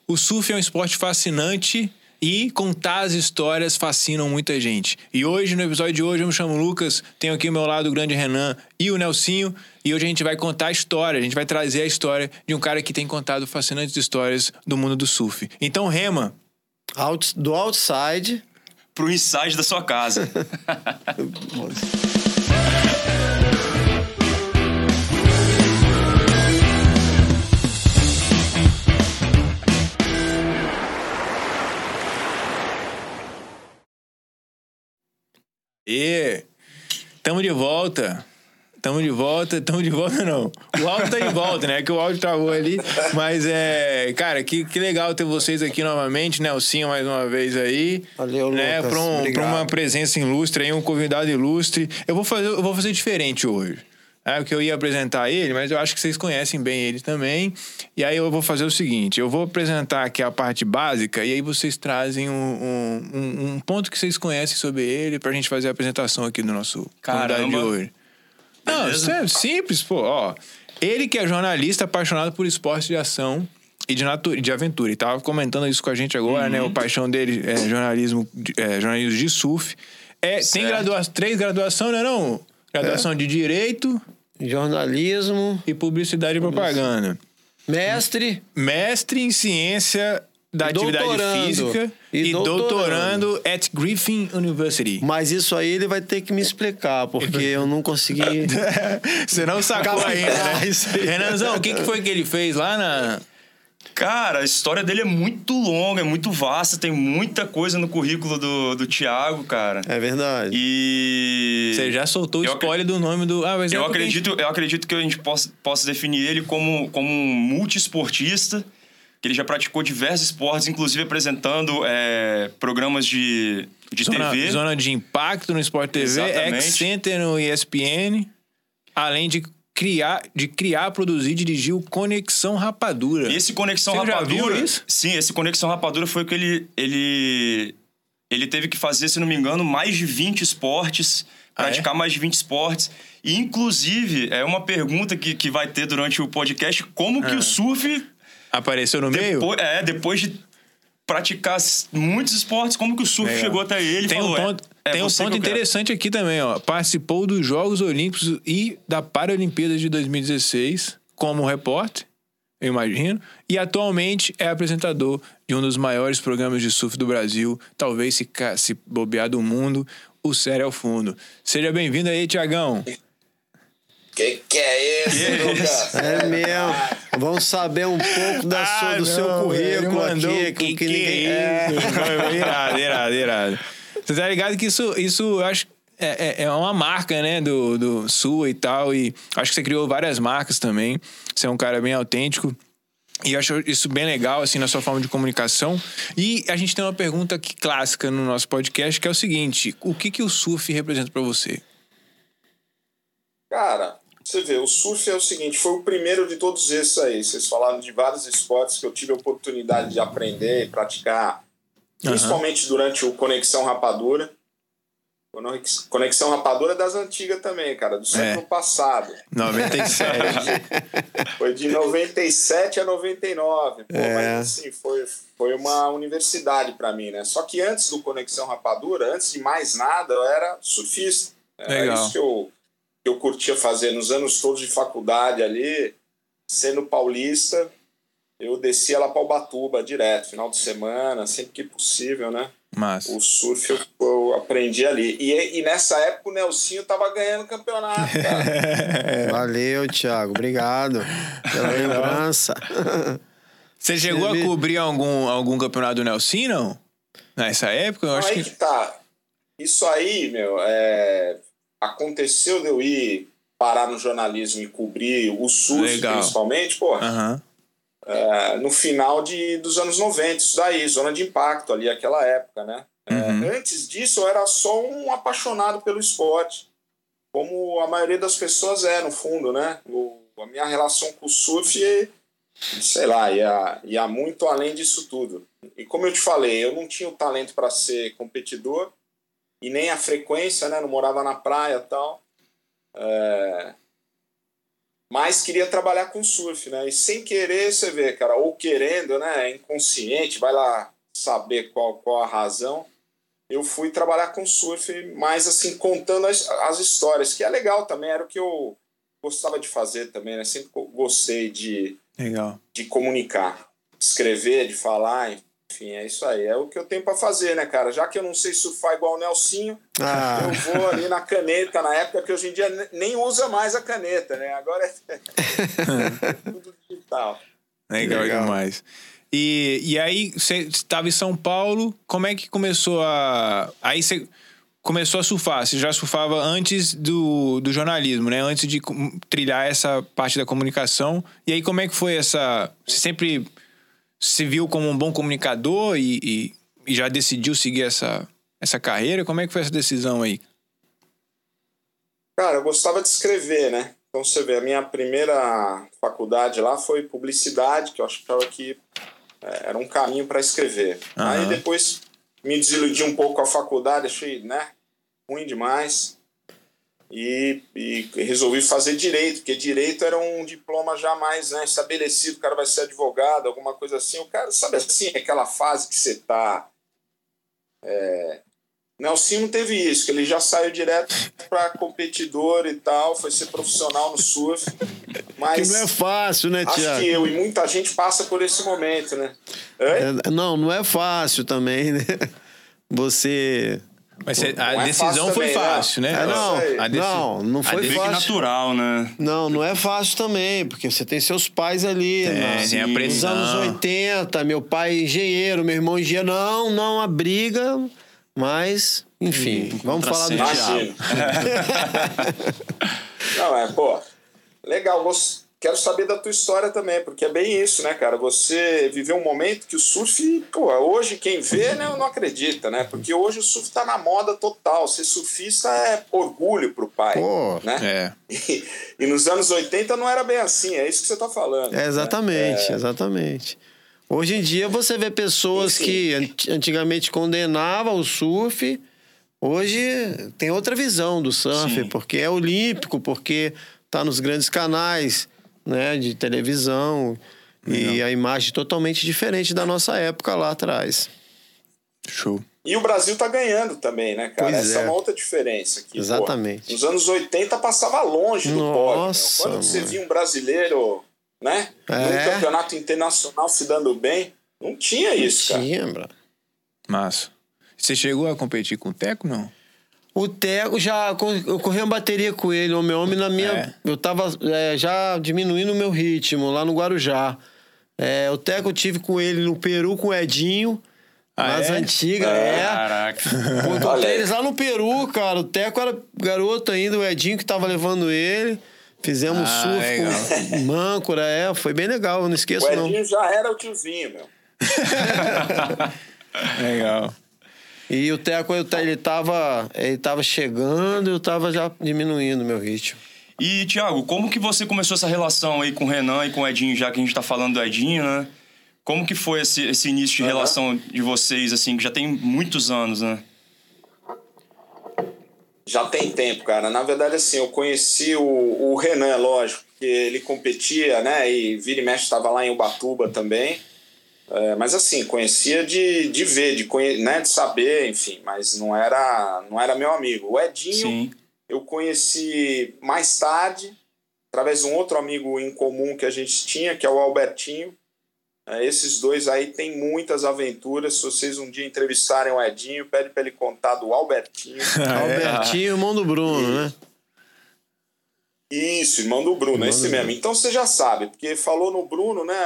O surf é um esporte fascinante e contar as histórias fascinam muita gente. E hoje, no episódio de hoje, eu me chamo Lucas, tenho aqui ao meu lado o grande Renan e o Nelsinho, e hoje a gente vai contar a história, a gente vai trazer a história de um cara que tem contado fascinantes histórias do mundo do surf. Então, rema. Do outside pro inside da sua casa. E tamo de volta não. O áudio tá de volta, né? Que o áudio travou ali. Mas cara, que legal ter vocês aqui novamente, Nelsinho mais uma vez aí. Valeu, né? Lucas. Pra uma presença ilustre aí, um convidado ilustre. Eu vou fazer diferente hoje. Porque eu ia apresentar ele, mas eu acho que vocês conhecem bem ele também. E aí eu vou fazer o seguinte, eu vou apresentar aqui a parte básica e aí vocês trazem um ponto que vocês conhecem sobre ele pra gente fazer a apresentação aqui do nosso convidado de hoje. Não, isso é simples, pô. Ó, ele que é jornalista apaixonado por esportes de ação e de aventura. Ele tava comentando isso com a gente agora, né? A paixão dele é jornalismo de surf. Tem três graduações, né? Não? Graduação de Direito... Jornalismo... E Publicidade e Propaganda. Mestre em Ciência da Atividade Física e doutorando at Griffin University. Mas isso aí ele vai ter que me explicar, porque eu não consegui... Você não sacou ainda, né? Renanzão, o que foi que ele fez lá na... Cara, a história dele é muito longa, é muito vasta, tem muita coisa no currículo do Thiago, cara. É verdade. E... Você já soltou o spoiler do nome do... Mas eu acredito que a gente possa definir ele como um multiesportista, que ele já praticou diversos esportes, inclusive apresentando programas de TV. Zona de Impacto no Sport TV, X-Center no ESPN, além de criar, produzir e dirigir o Conexão Rapadura. Esse Conexão Rapadura... Já viu isso? Sim, esse Conexão Rapadura foi o que ele teve que fazer, se não me engano, mais de 20 esportes, praticar mais de 20 esportes. E, inclusive, é uma pergunta que vai ter durante o podcast, como que o surf... Apareceu no meio? Depois de praticar muitos esportes, como que o surf chegou até ele? Tem um ponto interessante aqui também, ó. Participou dos Jogos Olímpicos e da Paralimpíada de 2016 como repórter, eu imagino. E atualmente é apresentador de um dos maiores programas de surf do Brasil, talvez se bobear do mundo, o Sério ao Fundo. Seja bem-vindo aí, Thiagão. Que é isso, Lucas? É mesmo. Vamos saber um pouco do seu currículo aqui. Que ninguém... Irado. Você tá ligado que isso eu acho é uma marca, né, do sua e tal, e acho que você criou várias marcas também. Você é um cara bem autêntico e eu acho isso bem legal, assim, na sua forma de comunicação. E a gente tem uma pergunta aqui clássica no nosso podcast, que é o seguinte: o que o surf representa pra você? Cara, você vê, o surf é o seguinte, foi o primeiro de todos esses aí. Vocês falaram de vários esportes que eu tive a oportunidade de aprender e praticar, principalmente durante o Conexão Rapadura. Conexão Rapadura é das antigas também, cara, do século passado. 97. Foi de 97 a 99. Mas assim, foi uma universidade para mim, né? Só que antes do Conexão Rapadura, antes de mais nada, eu era surfista. Era isso que eu curtia fazer nos anos todos de faculdade ali, sendo paulista. Eu descia lá para Ubatuba direto, final de semana, sempre que possível, né? Massa. O surf eu aprendi ali. E nessa época o Nelsinho tava ganhando campeonato, cara. Valeu, Thiago. Obrigado pela lembrança. Você chegou a cobrir algum campeonato do Nelsinho, não? Nessa época? Eu acho que tá. Isso aí, meu, aconteceu de eu ir parar no jornalismo e cobrir o surf, principalmente, no final dos anos 90, isso daí, Zona de Impacto ali, aquela época, né? Antes disso, eu era só um apaixonado pelo esporte, como a maioria das pessoas no fundo, né? A minha relação com o surf, sei lá, ia muito além disso tudo. E como eu te falei, eu não tinha o talento para ser competidor e nem a frequência, né? Não morava na praia e tal. mas queria trabalhar com surf, né? E sem querer, você vê, cara, ou querendo, né? Inconsciente, vai lá saber qual a razão. Eu fui trabalhar com surf, mas assim, contando as histórias, que é legal também, era o que eu gostava de fazer também, né? Sempre gostei de comunicar, de escrever, de falar, enfim, é isso aí. É o que eu tenho para fazer, né, cara? Já que eu não sei surfar igual o Nelsinho, eu vou ali na caneta, na época que hoje em dia nem usa mais a caneta, né? Agora é tudo digital. Legal demais. E aí, você estava em São Paulo, como é que começou a... Aí você começou a surfar, você já surfava antes do jornalismo, né? Antes de trilhar essa parte da comunicação. E aí, como é que foi essa... Você sempre se viu como um bom comunicador e já decidiu seguir essa carreira? Como é que foi essa decisão aí? Cara, eu gostava de escrever, né? Então, você vê, a minha primeira faculdade lá foi publicidade, que eu achava que era um caminho para escrever. Aí depois me desiludi um pouco com a faculdade, achei, né, ruim demais. E resolvi fazer direito, porque direito era um diploma já mais, né, estabelecido, o cara vai ser advogado, alguma coisa assim. O cara, sabe assim, aquela fase que você tá... Nelsinho não teve isso, que ele já saiu direto para competidor e tal, foi ser profissional no surf. Mas que não é fácil, né, Thiago? Acho que eu e muita gente passa por esse momento, né? Não é fácil também, né? Você... Mas a decisão foi fácil, né? Não foi fácil. É natural, né? Não é fácil também, porque você tem seus pais ali. Tem a pressão. Nos anos 80, meu pai engenheiro, meu irmão engenheiro. Não, a briga... Mas, enfim, vamos falar do Thiago. Não, legal, quero saber da tua história também, porque é bem isso, né, cara? Você viveu um momento que o surf, hoje quem vê, né, não acredita, né? Porque hoje o surf tá na moda total. Ser surfista é orgulho pro pai, né? E nos anos 80 não era bem assim, é isso que você tá falando. Exatamente. Hoje em dia você vê pessoas que antigamente condenavam o surf, hoje tem outra visão do surf, porque é olímpico, porque tá nos grandes canais, né, de televisão, e a imagem totalmente diferente da nossa época lá atrás. Show. E o Brasil tá ganhando também, né, cara? Essa é uma outra diferença aqui. Exatamente. Nos anos 80 passava longe do pódio. Quando você via um brasileiro, né, num campeonato internacional se dando bem, não tinha isso, cara. Não tinha, bro. Massa. Você chegou a competir com o Teco, não? O Teco, eu corri uma bateria com ele, homem na minha... Eu tava já diminuindo o meu ritmo lá no Guarujá. O Teco eu tive com ele no Peru com o Edinho, nas antigas. Caraca. Encontrei eles lá no Peru, cara. O Teco era garoto ainda, o Edinho que tava levando ele. Fizemos surf com Mâncora, foi bem legal, eu não esqueço não. O Edinho já era o tiozinho, meu. Legal. E o Teco, ele tava chegando, eu tava já diminuindo o meu ritmo. E, Thiago, como que você começou essa relação aí com o Renan e com o Edinho, já que a gente tá falando do Edinho, né? Como que foi esse início de relação de vocês, assim, que já tem muitos anos, né? Já tem tempo, cara. Na verdade, assim, eu conheci o Renan, lógico, porque ele competia, né? E vira e mexe estava lá em Ubatuba também. Mas assim, conhecia de ver, de saber, enfim, mas não era meu amigo. O Edinho, eu conheci mais tarde, através de um outro amigo em comum que a gente tinha, que é o Albertinho. Esses dois aí têm muitas aventuras. Se vocês um dia entrevistarem o Edinho, pede para ele contar do Albertinho. Albertinho, irmão do Bruno, né? Isso, irmão do Bruno, é esse mesmo. Então você já sabe, porque falou no Bruno, né?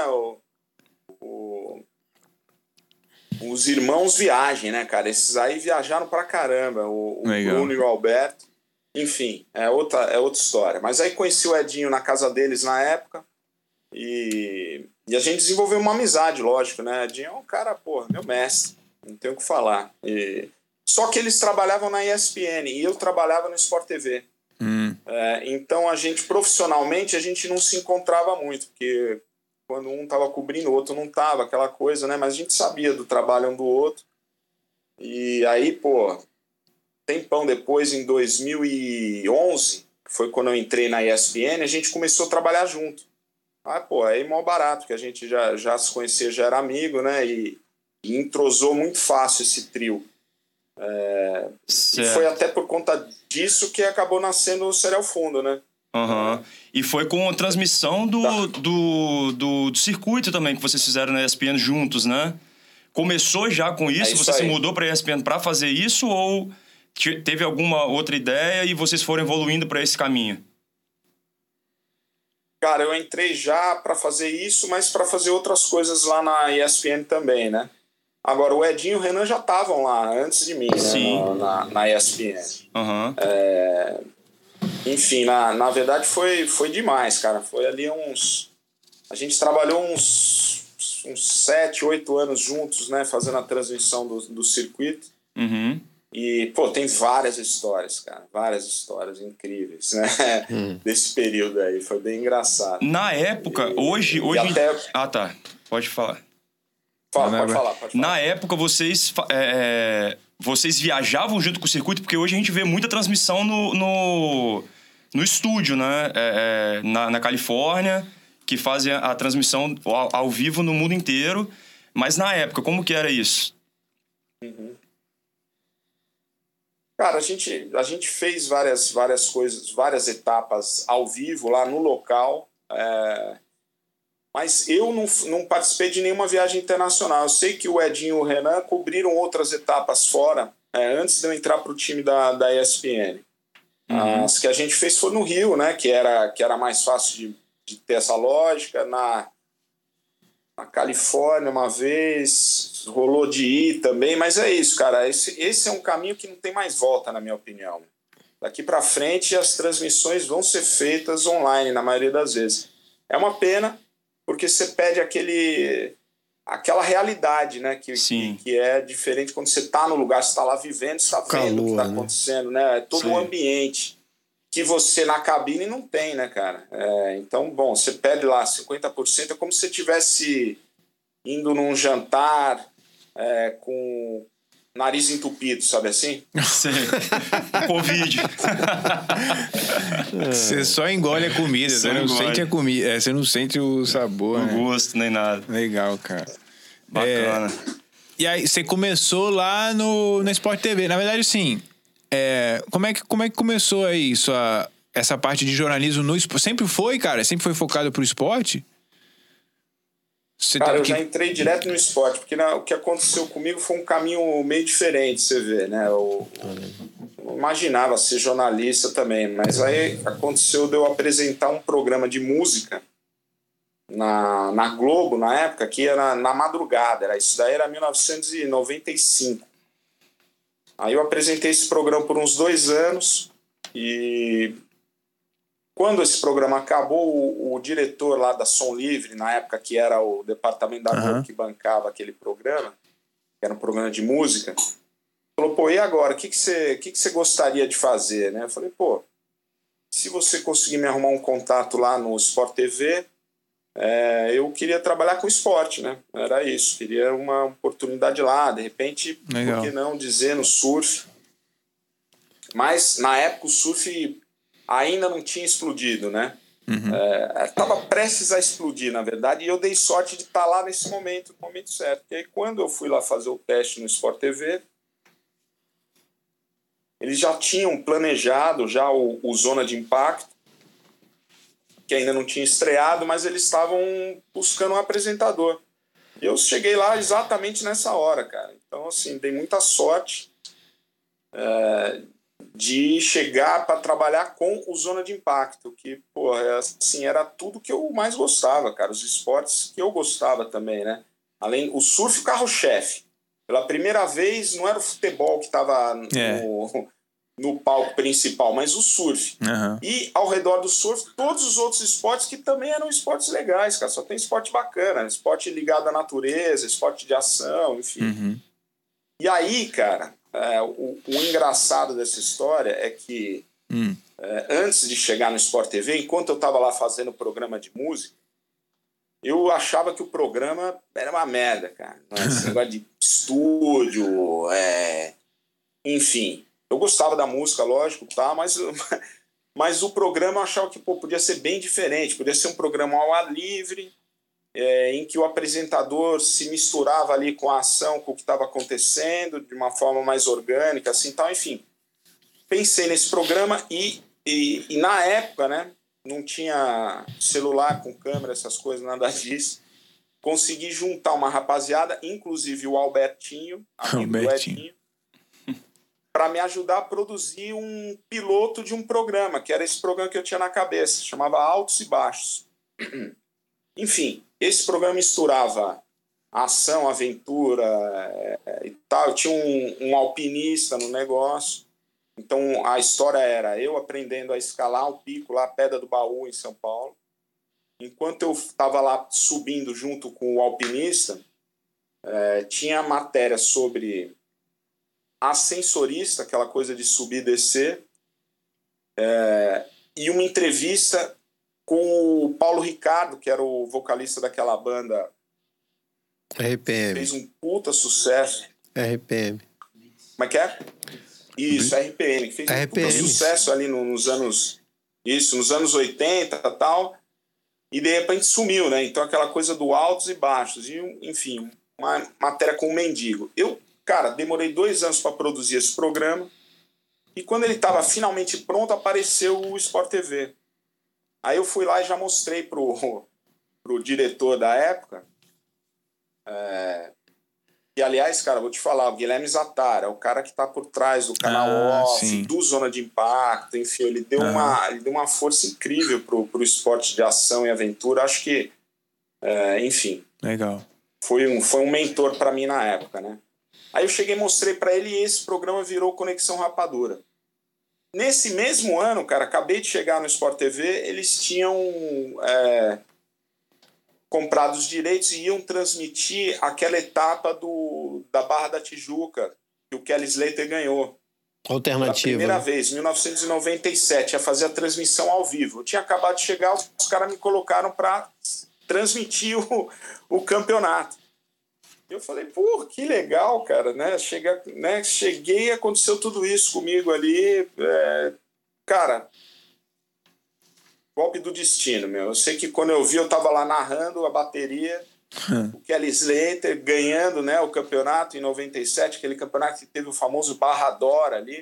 Os irmãos viagem, né, cara? Esses aí viajaram pra caramba. O Bruno e o Alberto. Enfim, é outra história. Mas aí conheci o Edinho na casa deles na época. E a gente desenvolveu uma amizade, lógico, né? Edinho é um cara, meu mestre. Não tenho o que falar. Só que eles trabalhavam na ESPN e eu trabalhava no Sport TV. Então a gente, profissionalmente, a gente não se encontrava muito, porque quando um estava cobrindo, o outro não estava, aquela coisa, né? Mas a gente sabia do trabalho um do outro. E aí, tempão depois, em 2011, foi quando eu entrei na ESPN, a gente começou a trabalhar junto. Aí mó barato, que a gente já se conhecia, já era amigo, né? E entrosou muito fácil esse trio. E foi até por conta disso que acabou nascendo o Serial Fundo, né? Uhum. E foi com a transmissão do circuito também que vocês fizeram na ESPN juntos, né? Começou já com isso? Você se mudou para a ESPN para fazer isso ou teve alguma outra ideia e vocês foram evoluindo para esse caminho? Cara, eu entrei já para fazer isso, mas para fazer outras coisas lá na ESPN também, né? Agora, o Edinho e o Renan já estavam lá antes de mim, né? Na ESPN. Uhum. Enfim, na verdade foi demais, cara. Foi ali a gente trabalhou uns 7, 8 anos juntos, né? Fazendo a transmissão do circuito. Uhum. E, tem várias histórias, cara. Várias histórias incríveis, né? Desse período aí. Foi bem engraçado. Na época, hoje... até... Ah, tá. Pode falar. Pode falar. Na época, vocês viajavam junto com o circuito, porque hoje a gente vê muita transmissão no estúdio, né? Na Califórnia, que fazem a transmissão ao vivo no mundo inteiro. Mas na época, como que era isso? Uhum. Cara, a gente fez várias coisas, várias etapas ao vivo lá no local, mas eu não participei de nenhuma viagem internacional. Eu sei que o Edinho e o Renan cobriram outras etapas fora, antes de eu entrar para o time da ESPN. Uhum. As que a gente fez foi no Rio, né, que era mais fácil de ter essa lógica. Na Califórnia uma vez, rolou de ir também, mas é isso, cara. Esse é um caminho que não tem mais volta, na minha opinião. Daqui para frente as transmissões vão ser feitas online, na maioria das vezes. É uma pena, porque você perde aquela realidade, né? Que é diferente quando você está no lugar, você está lá vivendo, você está vendo o que está acontecendo, né? É todo o ambiente que você na cabine não tem, né, cara? Então, você perde lá 50%, é como se você estivesse indo num jantar com nariz entupido, sabe assim? Sim. Covid. Você só engole a comida, você não sente a comida, você não sente o sabor, o gosto, nem nada. Legal, cara. Bacana. E aí, você começou lá na Sport TV. Na verdade, sim. Como é que começou aí essa parte de jornalismo no esporte? Sempre foi, cara? Sempre foi focado pro esporte? Cara, eu já entrei direto no esporte, porque o que aconteceu comigo foi um caminho meio diferente, você vê, né? Eu imaginava ser jornalista também, mas aí aconteceu de eu apresentar um programa de música na Globo, na época, que era na madrugada. Isso daí era 1995. Aí eu apresentei esse programa por uns 2 anos e quando esse programa acabou, o diretor lá da Som Livre, na época que era o departamento da Globo que bancava aquele programa, que era um programa de música, falou, e agora? O que você gostaria de fazer? Né? Eu falei, se você conseguir me arrumar um contato lá no Sport TV, eu queria trabalhar com esporte, né? Era isso, queria uma oportunidade lá, de repente, por que não dizer no surf? Mas na época o surf ainda não tinha explodido, né? Estava prestes a explodir, na verdade, e eu dei sorte de estar lá nesse momento, no momento certo. E aí, quando eu fui lá fazer o teste no Sport TV, eles já tinham planejado já o Zona de Impacto, que ainda não tinha estreado, mas eles estavam buscando um apresentador. E eu cheguei lá exatamente nessa hora, cara. Então, assim, dei muita sorte de chegar para trabalhar com o Zona de Impacto, que, assim, era tudo que eu mais gostava, cara. Os esportes que eu gostava também, né? Além, o surf, o carro-chefe. Pela primeira vez, não era o futebol que estava no palco principal, mas o surf. E ao redor do surf, todos os outros esportes que também eram esportes legais, cara. Só tem esporte bacana, esporte ligado à natureza, esporte de ação, enfim. E aí, cara, o engraçado dessa história é que antes de chegar no Sport TV, enquanto eu estava lá fazendo programa de música, eu achava que o programa era uma merda, cara. Esse negócio de estúdio, enfim. Eu gostava da música, lógico, tá, mas Mas o programa eu achava que podia ser bem diferente, podia ser um programa ao ar livre, em que o apresentador se misturava ali com a ação, com o que estava acontecendo, de uma forma mais orgânica, assim, tal, enfim. Pensei nesse programa e na época, né, não tinha celular com câmera, essas coisas, nada disso. Consegui juntar uma rapaziada, inclusive o Albertinho, amigo do Edinho, para me ajudar a produzir um piloto de um programa, que era esse programa que eu tinha na cabeça, chamava Altos e Baixos. Enfim, esse programa misturava ação, aventura e tal. Eu tinha um alpinista no negócio. Então, a história era eu aprendendo a escalar o pico lá, a Pedra do Baú, em São Paulo. Enquanto eu estava lá subindo junto com o alpinista, tinha matéria sobre ascensorista, aquela coisa de subir e descer, e uma entrevista com o Paulo Ricardo, que era o vocalista daquela banda RPM. Fez um puta sucesso. RPM. Como é que é? Isso, RPM. Que fez um puta sucesso ali nos anos 80 e tal. E de repente sumiu, né? Então aquela coisa do altos e baixos. E, enfim, uma matéria com o Mendigo. Eu, cara, demorei 2 anos para produzir esse programa. E quando ele estava finalmente pronto, apareceu o Sport TV. Aí eu fui lá e já mostrei pro diretor da época. E, aliás, cara, vou te falar, o Guilherme Zatara, é o cara que está por trás do canal Off, sim. do Zona de Impacto, enfim, ele deu uma força incrível pro esporte de ação e aventura. Acho que, enfim... Legal. Foi um mentor para mim na época, né? Aí eu cheguei e mostrei para ele e esse programa virou Conexão Rapadura. Nesse mesmo ano, cara, acabei de chegar no Sport TV, eles tinham comprado os direitos e iam transmitir aquela etapa da Barra da Tijuca que o Kelly Slater ganhou. Alternativa. Pela primeira vez, em 1997, ia fazer a transmissão ao vivo. Eu tinha acabado de chegar, os caras me colocaram para transmitir o campeonato. Eu falei, pô, que legal, cara, né? Cheguei e aconteceu tudo isso comigo ali. Cara, golpe do destino, meu. Eu sei que quando eu vi, eu tava lá narrando a bateria, o Kelly Slater ganhando, né, o campeonato em 97, aquele campeonato que teve o famoso Barrador ali.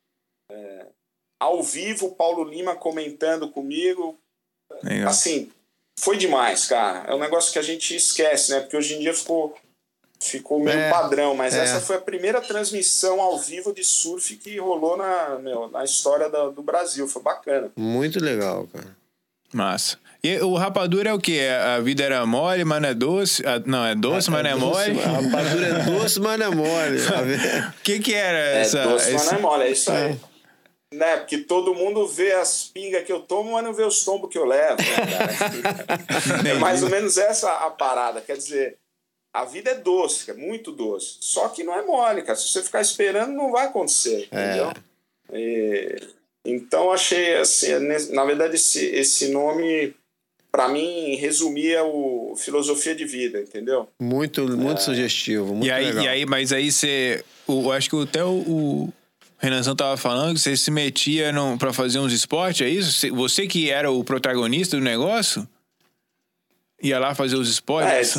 Ao vivo, o Paulo Lima comentando comigo. Legal. Assim, foi demais, cara. É um negócio que a gente esquece, né? Porque hoje em dia ficou meio padrão, mas essa foi a primeira transmissão ao vivo de surf que rolou na história do Brasil. Foi bacana. Muito legal, cara. Massa. E o Rapadura é o quê? A vida era mole, mas não é doce? Não, é doce, mas não é mole? A rapadura é doce, mas não é mole. O que era essa? É doce, mas não é mole, é isso aí. Né? Porque todo mundo vê as pingas que eu tomo, mas não vê os tombos que eu levo. Né, cara? É mais ou menos essa a parada. Quer dizer, a vida é doce, é muito doce. Só que não é mole, cara. Se você ficar esperando, não vai acontecer, entendeu? Então, achei, assim, na verdade, esse nome, para mim, resumia a filosofia de vida, entendeu? Muito sugestivo, muito legal. E aí, mas aí você... acho que até o Renanzão tava falando que você se metia pra fazer uns esportes, é isso? Você que era o protagonista do negócio? Ia lá fazer os esportes?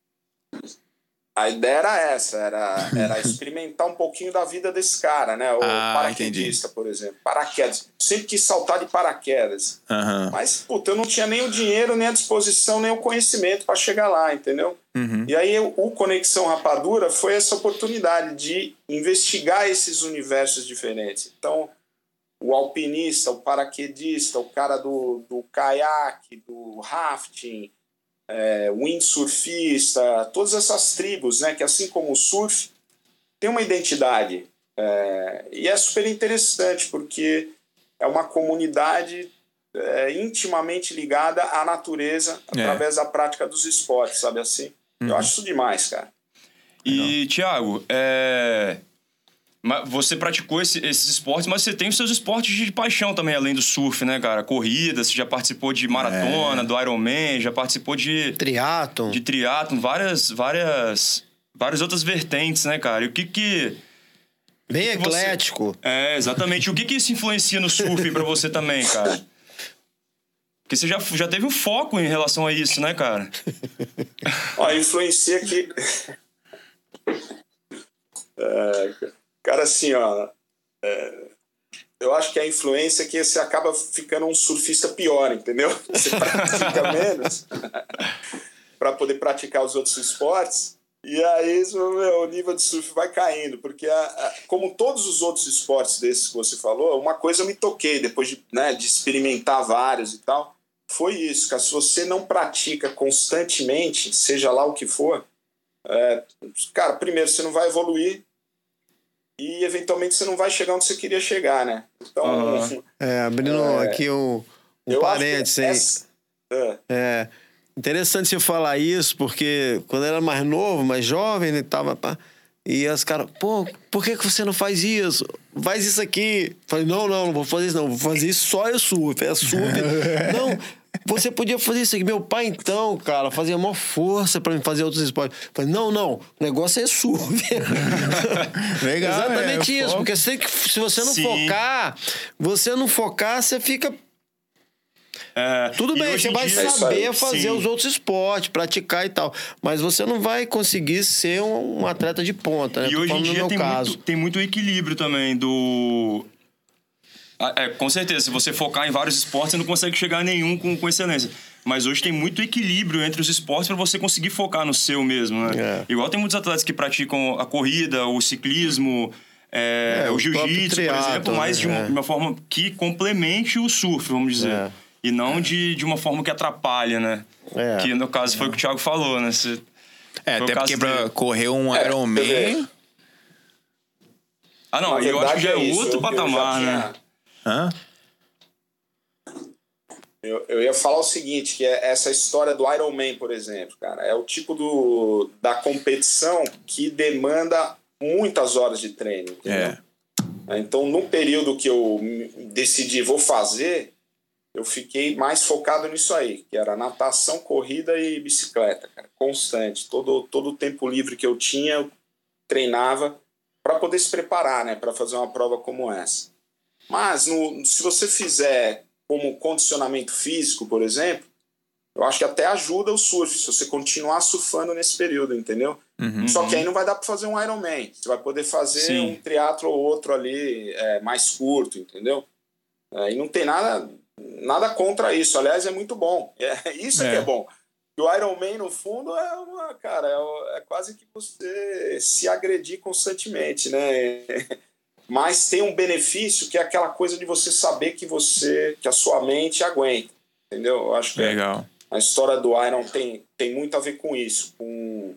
A ideia era essa, era experimentar um pouquinho da vida desse cara, né? O paraquedista, por exemplo. Paraquedas. Sempre quis saltar de paraquedas. Mas, puta, eu não tinha nem o dinheiro, nem a disposição, nem o conhecimento para chegar lá, entendeu? E aí o Conexão Rapadura foi essa oportunidade de investigar esses universos diferentes. Então, o alpinista, o paraquedista, o cara do caiaque, do rafting, windsurfista, todas essas tribos, né, que assim como o surf tem uma identidade, e é super interessante porque é uma comunidade intimamente ligada à natureza através da prática dos esportes, sabe assim? Eu acho isso demais, cara. E, Thiago, você praticou esses esportes, mas você tem os seus esportes de paixão também, além do surf, né, cara? Corrida, você já participou de maratona, do Ironman, já participou de... Triatlon. De triatlon, várias outras vertentes, né, cara? E o que Bem eclético. Exatamente. O que isso influencia no surf pra você também, cara? Porque você já teve um foco em relação a isso, né, cara? Ó, influencia que... cara, assim, ó... eu acho que a influência é que você acaba ficando um surfista pior, entendeu? Você pratica menos para poder praticar os outros esportes. E aí o nível de surf vai caindo, porque como todos os outros esportes desses que você falou, uma coisa eu me toquei depois de experimentar vários e tal, foi isso, que se você não pratica constantemente, seja lá o que for, cara, primeiro você não vai evoluir e eventualmente você não vai chegar onde você queria chegar, né? Então, abrindo aqui um parênteses aí. Interessante você falar isso, porque quando eu era mais novo, mais jovem, ele tava... E os caras, pô, por que você não faz isso? Faz isso aqui. Falei, não vou fazer isso não. Vou fazer isso só surf. É surf. Não, você podia fazer isso aqui. Meu pai, então, cara, fazia maior força pra mim fazer outros esportes. Falei, não, o negócio é surf. Legal. Exatamente isso. Porque se você não focar, você fica... tudo bem, você vai saber fazer os outros esportes, praticar e tal, mas você não vai conseguir ser um atleta de ponta, né? E hoje em dia tem muito equilíbrio também do... com certeza, se você focar em vários esportes, você não consegue chegar a nenhum com excelência. Mas hoje tem muito equilíbrio entre os esportes para você conseguir focar no seu mesmo, né? Igual tem muitos atletas que praticam a corrida, o ciclismo... o jiu-jitsu, por exemplo, mas de uma forma que complemente o surf, vamos dizer. E não de uma forma que atrapalha, né? Que no caso foi o que o Thiago falou, né? Até porque pra correr um Ironman... não, eu acho que já é outro patamar, né? Eu ia falar o seguinte, que é essa história do Ironman, por exemplo, cara, é o tipo da competição que demanda muitas horas de treino, entendeu? Então, no período que eu decidi vou fazer, eu fiquei mais focado nisso aí, que era natação, corrida e bicicleta, cara, constante. Todo o tempo livre que eu tinha, eu treinava para poder se preparar, né, para fazer uma prova como essa. Mas se você fizer como condicionamento físico, por exemplo, eu acho que até ajuda o surf, se você continuar surfando nesse período, entendeu? Só que aí não vai dar para fazer um Ironman. Você vai poder fazer um triatlo ou outro ali mais curto, entendeu? E não tem nada contra isso. Aliás, é muito bom. Isso que é bom. E o Ironman, no fundo, é quase que você se agredir constantemente, né? Mas tem um benefício que é aquela coisa de você saber que a sua mente aguenta, entendeu? Eu acho que legal. A história do Iron tem muito a ver com isso, com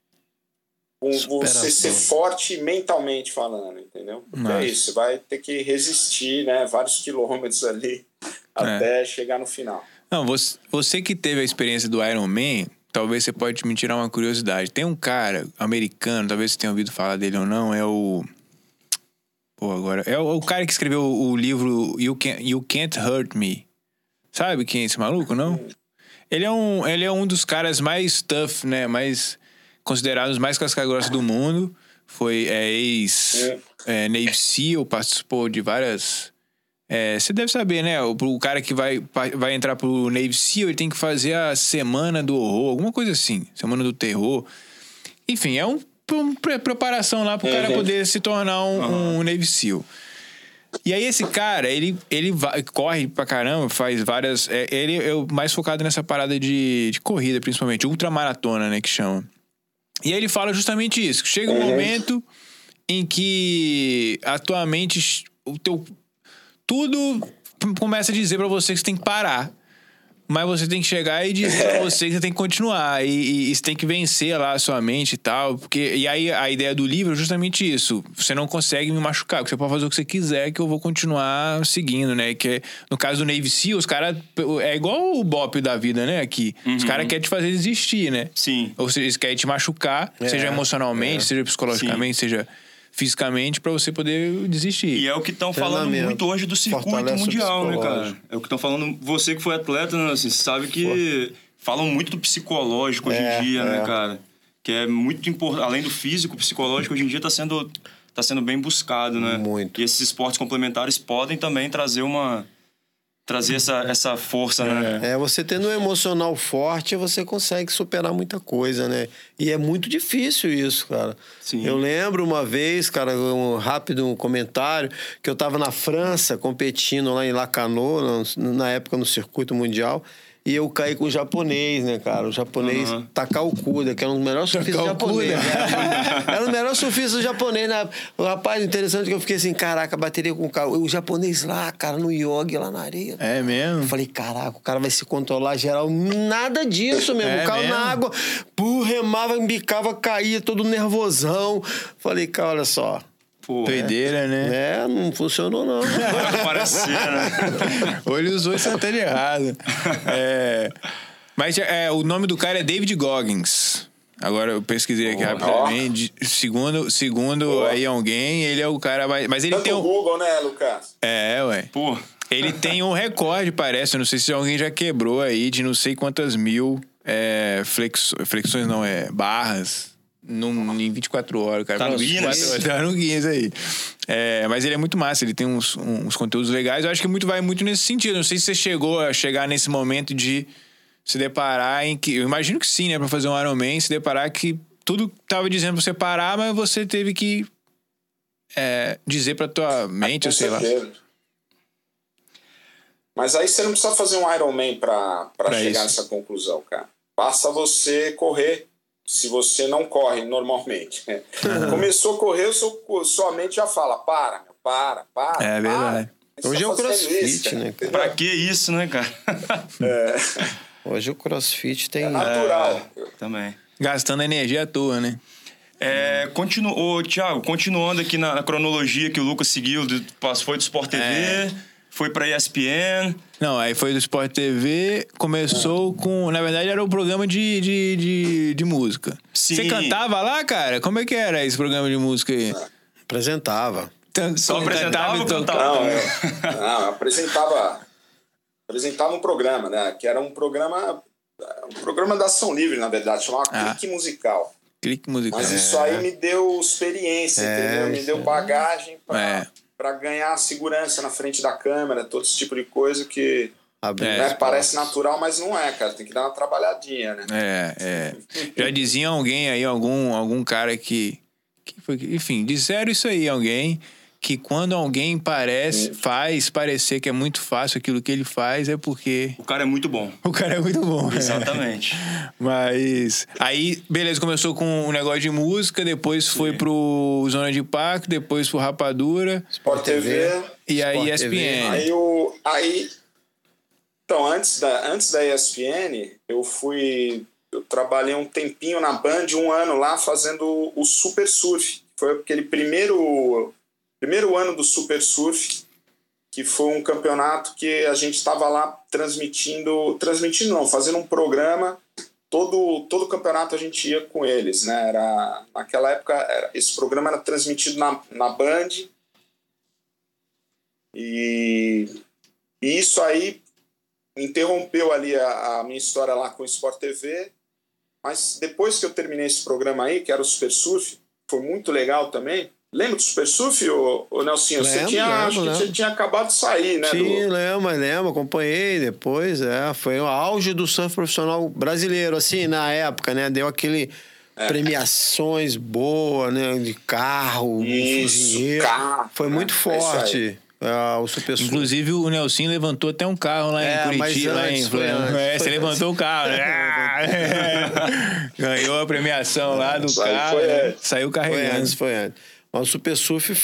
você ser forte mentalmente falando, entendeu? Porque é isso, você vai ter que resistir, né, vários quilômetros ali até chegar no final. Não, você que teve a experiência do Ironman, talvez você pode me tirar uma curiosidade. Tem um cara americano, talvez você tenha ouvido falar dele ou não, é o cara que escreveu o livro You Can't Hurt Me. Sabe quem é esse maluco, não? Ele é um dos caras mais tough, né? Mais considerados mais casca-grossa do mundo. Foi ex-Navy SEAL, participou de várias... você deve saber, né? O cara que vai entrar pro Navy SEAL, ele tem que fazer a Semana do Horror, alguma coisa assim. Semana do Terror. Enfim, é uma preparação lá pro cara poder se tornar um Navy SEAL. E aí esse cara, ele corre pra caramba, faz várias... ele é o mais focado nessa parada de corrida, principalmente. Ultramaratona, né, que chama. E aí ele fala justamente isso. Chega um momento em que a tua mente... tudo começa a dizer pra você que você tem que parar. Mas você tem que chegar e dizer pra você que você tem que continuar. E você tem que vencer lá a sua mente e tal. E aí a ideia do livro é justamente isso. Você não consegue me machucar. Porque você pode fazer o que você quiser que eu vou continuar seguindo, né? Que no caso do Navy SEAL, os caras... É igual o BOP da vida, né? Aqui. Os caras querem te fazer desistir, né? Sim. Ou seja, eles querem te machucar. Seja emocionalmente, seja psicologicamente, seja... fisicamente, pra você poder desistir. E é o que estão falando muito hoje do circuito mundial, né, cara? É o que estão falando... Você que foi atleta, né, assim, sabe que falam muito do psicológico hoje em dia, né, cara? Que é muito importante. Além do físico, o psicológico hoje em dia tá sendo sendo bem buscado, né? Muito. E esses esportes complementares podem também trazer essa força, né? Você tendo um emocional forte, você consegue superar muita coisa, né? E é muito difícil isso, cara. Sim. Eu lembro uma vez, cara, um rápido comentário, que eu tava na França competindo lá em Lacanau, na época no circuito mundial, e eu caí com o japonês, né, cara? O japonês Takaukuda, que era um dos melhores surfistas japoneses. Era o melhor surfista japonês, né? O rapaz, interessante que eu fiquei assim, caraca, bateria com o carro. O japonês lá, cara, no yoga, lá na areia. É mesmo? Eu falei, caraca, o cara vai se controlar geral. Nada disso mesmo. O carro na água, remava, embicava, caía, todo nervosão. Falei, cara, olha só. Pô, doideira, né? Não funcionou, não. Parecia, né? Ou ele usou estratégia errada. Mas o nome do cara é David Goggins. Agora eu pesquisei aqui rapidamente. Segundo aí alguém, ele é o cara mais... Mas ele tem o Google, né, Lucas? Ué. Pô. Ele tem um recorde, parece. Eu não sei se alguém já quebrou aí de não sei quantas mil flexões, não, barras. Em 24 horas, cara. Tá no Guinness? Tá no Guinness aí. Mas ele é muito massa, ele tem uns conteúdos legais. Eu acho que vai muito nesse sentido. Não sei se você chegou a chegar nesse momento de se deparar em que... Eu imagino que sim, né? Pra fazer um Ironman, se deparar que tudo tava dizendo pra você parar, mas você teve que dizer pra tua mente, ou sei lá. Mas aí você não precisa fazer um Ironman pra chegar nessa conclusão, cara. Basta você correr. Se você não corre normalmente. Começou a correr, sua mente já fala, para. É verdade. Hoje é o CrossFit, né? Pra que isso, né, cara? Hoje o CrossFit tem... É natural. Também. Gastando energia à toa, né? Thiago, continuando aqui na cronologia que o Lucas seguiu, foi do Sport TV... Foi pra ESPN. Não, aí foi do Sport TV, começou com... Na verdade, era um programa de música. Sim. Você cantava lá, cara? Como é que era esse programa de música aí? Apresentava. Só apresentava ou cantava? Não, eu apresentava um programa, né? Que era um programa da Ação Livre, na verdade. Chamava Clique Musical. Clique Musical. Mas isso aí me deu experiência, entendeu? Me deu bagagem para ganhar segurança na frente da câmera, todo esse tipo de coisa que parece natural, mas não é, cara. Tem que dar uma trabalhadinha, né? Já dizia alguém aí, algum cara que foi, enfim, disseram isso aí, alguém, que quando alguém faz parecer que é muito fácil aquilo que ele faz, é porque... O cara é muito bom. O cara é muito bom. Exatamente. Mas aí, beleza, começou com um negócio de música, depois foi pro Zona de Impacto, depois pro Rapadura. Sport TV. E aí ESPN. Então, antes da ESPN, eu trabalhei um tempinho na Band, 1 ano lá, fazendo o Super Surf. Foi aquele primeiro ano do Super Surf, que foi um campeonato que a gente estava lá fazendo um programa. Todo campeonato a gente ia com eles, né? Naquela época, esse programa era transmitido na Band. E isso aí interrompeu ali a minha história lá com o Sport TV. Mas depois que eu terminei esse programa aí, que era o Super Surf, foi muito legal também. Lembra do Super Surf, ô Nelsinho? Você tinha acabado de sair, né? Sim, lembro, acompanhei depois. Foi o auge do surf profissional brasileiro, assim, na época, né? Deu aquele premiações boas, né? De carro, dinheiro. Foi muito forte. O Super Surf. Inclusive o Nelsinho levantou até um carro lá em Curitiba. Você levantou o carro, né? Ganhou a premiação lá do carro. Saiu carregando. Foi antes. Mas o Super Surf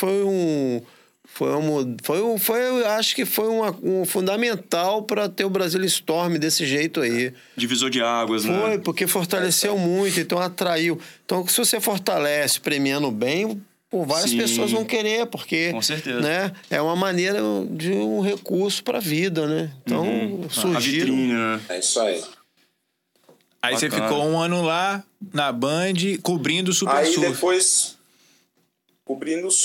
acho que foi um fundamental para ter o Brasil Storm desse jeito aí. Divisor de águas, né? Foi, porque fortaleceu muito, então atraiu. Então, se você fortalece premiando bem, várias pessoas vão querer, porque... Com certeza. Né, é uma maneira de um recurso para a vida, né? Então, surgiram... A vitrine, né? É isso aí. Aí você ficou 1 ano lá, na Band, cobrindo o Super Surf. Aí depois... Cobrindo o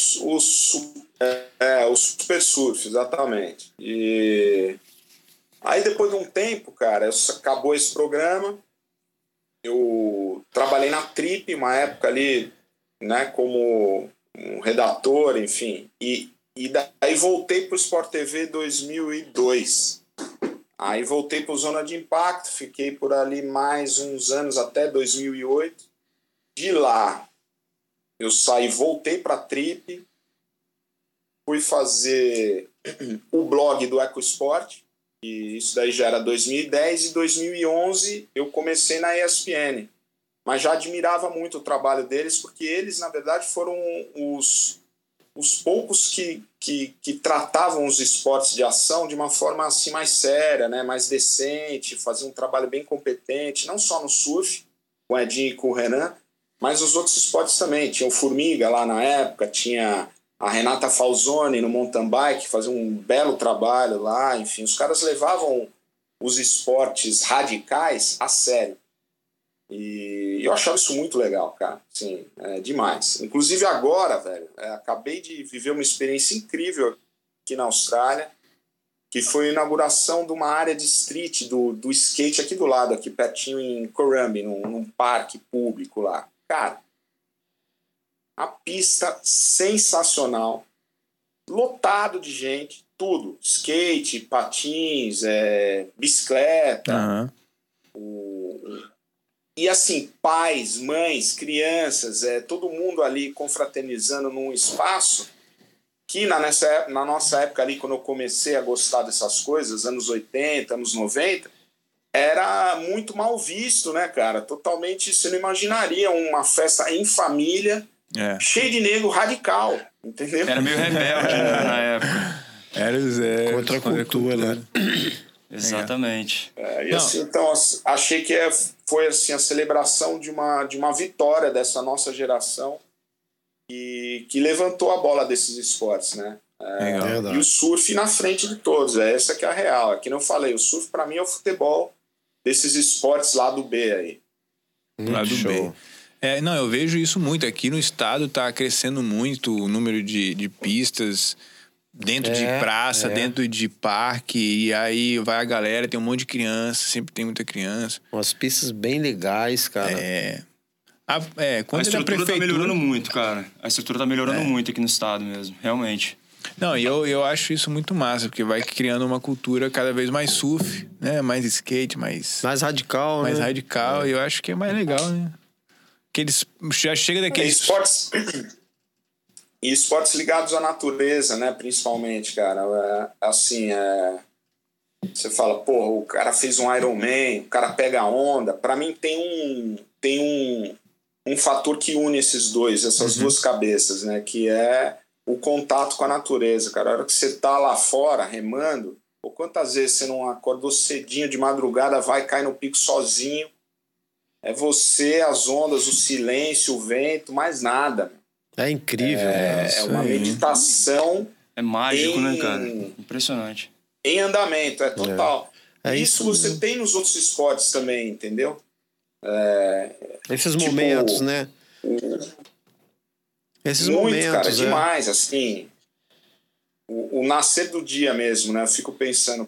Super Surf, exatamente. E aí, depois de um tempo, cara, acabou esse programa. Eu trabalhei na Trip, uma época ali, né, como um redator, enfim. E daí voltei para o Sport TV em 2002. Aí voltei para o Zona de Impacto, fiquei por ali mais uns anos, até 2008. De lá, eu saí, voltei para a Trip, fui fazer o blog do EcoSport, e isso daí já era 2010, e 2011 eu comecei na ESPN. Mas já admirava muito o trabalho deles, porque eles, na verdade, foram os poucos que tratavam os esportes de ação de uma forma assim mais séria, né? Mais decente, faziam um trabalho bem competente, não só no surf, com o Edinho e com o Renan, mas os outros esportes também. Tinha o Formiga lá na época, tinha a Renata Falzoni no mountain bike, fazia um belo trabalho lá. Enfim, os caras levavam os esportes radicais a sério. E eu achava isso muito legal, cara. Sim, demais. Inclusive agora, velho, acabei de viver uma experiência incrível aqui na Austrália, que foi a inauguração de uma área de street do skate aqui do lado, aqui pertinho em Corumbi, num parque público lá. Cara, a pista sensacional, lotado de gente, tudo. Skate, patins, bicicleta. E assim, pais, mães, crianças, todo mundo ali confraternizando num espaço que na nossa época ali, quando eu comecei a gostar dessas coisas, anos 80, anos 90, era muito mal visto, né, cara? Totalmente, você não imaginaria uma festa em família, cheia de negro radical, entendeu? Era meio rebelde, né, na época. Era contra a cultura, né? Exatamente. Então, achei que foi assim, a celebração de uma vitória dessa nossa geração que levantou a bola desses esportes, né? E o surf na frente de todos, essa que é a real. É que não falei, o surf para mim é o futebol desses esportes lá do B aí. Lá do B. Não, eu vejo isso muito. Aqui no estado tá crescendo muito o número de pistas dentro de praça, dentro de parque, e aí vai a galera, tem um monte de criança, sempre tem muita criança. Umas pistas bem legais, cara. A estrutura tá melhorando muito, cara. A estrutura tá melhorando muito aqui no estado mesmo, realmente. Não, e eu acho isso muito massa, porque vai criando uma cultura cada vez mais surf, né? Mais skate, mais radical, mais radical, e eu acho que é mais legal, né? Que eles já chega daqueles... esportes ligados à natureza, né? Principalmente, cara. Você fala, porra, o cara fez um Ironman, o cara pega a onda. Pra mim tem um fator que une esses dois, essas duas cabeças, né? Que é o contato com a natureza, cara. A hora que você tá lá fora, remando, ou quantas vezes você não acordou cedinho de madrugada, vai cair no pico sozinho, é você, as ondas, o silêncio, o vento, mais nada. É incrível. É uma meditação. É mágico, né, cara? Impressionante. Em andamento, total. Isso você tem nos outros esportes também, entendeu? Esses momentos, né? Esses muito, momentos, cara, demais, assim. O nascer do dia mesmo, né? Eu fico pensando,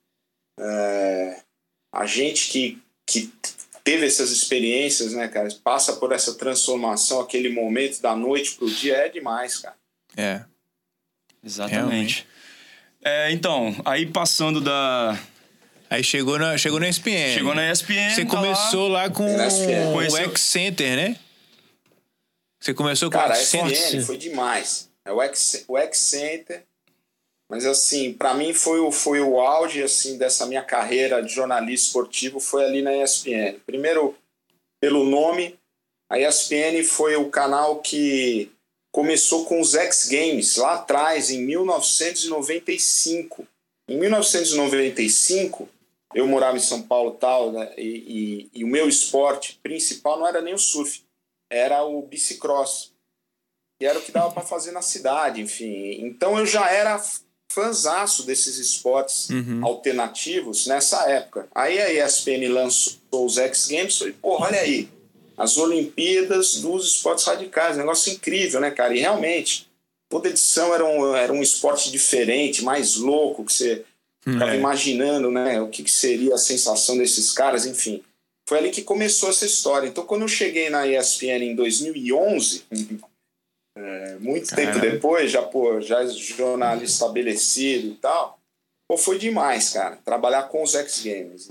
a gente que teve essas experiências, né, cara? Passa por essa transformação, aquele momento da noite pro dia, é demais, cara. Exatamente. Então, aí passando da... Aí chegou na ESPN. Chegou na ESPN. Você começou lá com o X Center, né? Você começou com o X Center. Cara, a ESPN foi demais. O X Center. Mas, assim, para mim foi o auge, assim, dessa minha carreira de jornalista esportivo, foi ali na ESPN. Primeiro, pelo nome, a ESPN foi o canal que começou com os X Games, lá atrás, em 1995. Em 1995, eu morava em São Paulo e tal, né, e o meu esporte principal não era nem o surf, era o bicicross. E era o que dava para fazer na cidade, enfim. Então eu já era fãzaço desses esportes alternativos nessa época. Aí a ESPN lançou os X Games e falei, olha aí, as Olimpíadas dos esportes radicais, um negócio incrível, né, cara? E realmente, toda edição era um esporte diferente, mais louco, que você ficava imaginando, né, o que seria a sensação desses caras, enfim. Foi ali que começou essa história. Então, quando eu cheguei na ESPN em 2011... muito tempo depois, já jornalista estabelecido e tal, foi demais, cara, trabalhar com os X Games.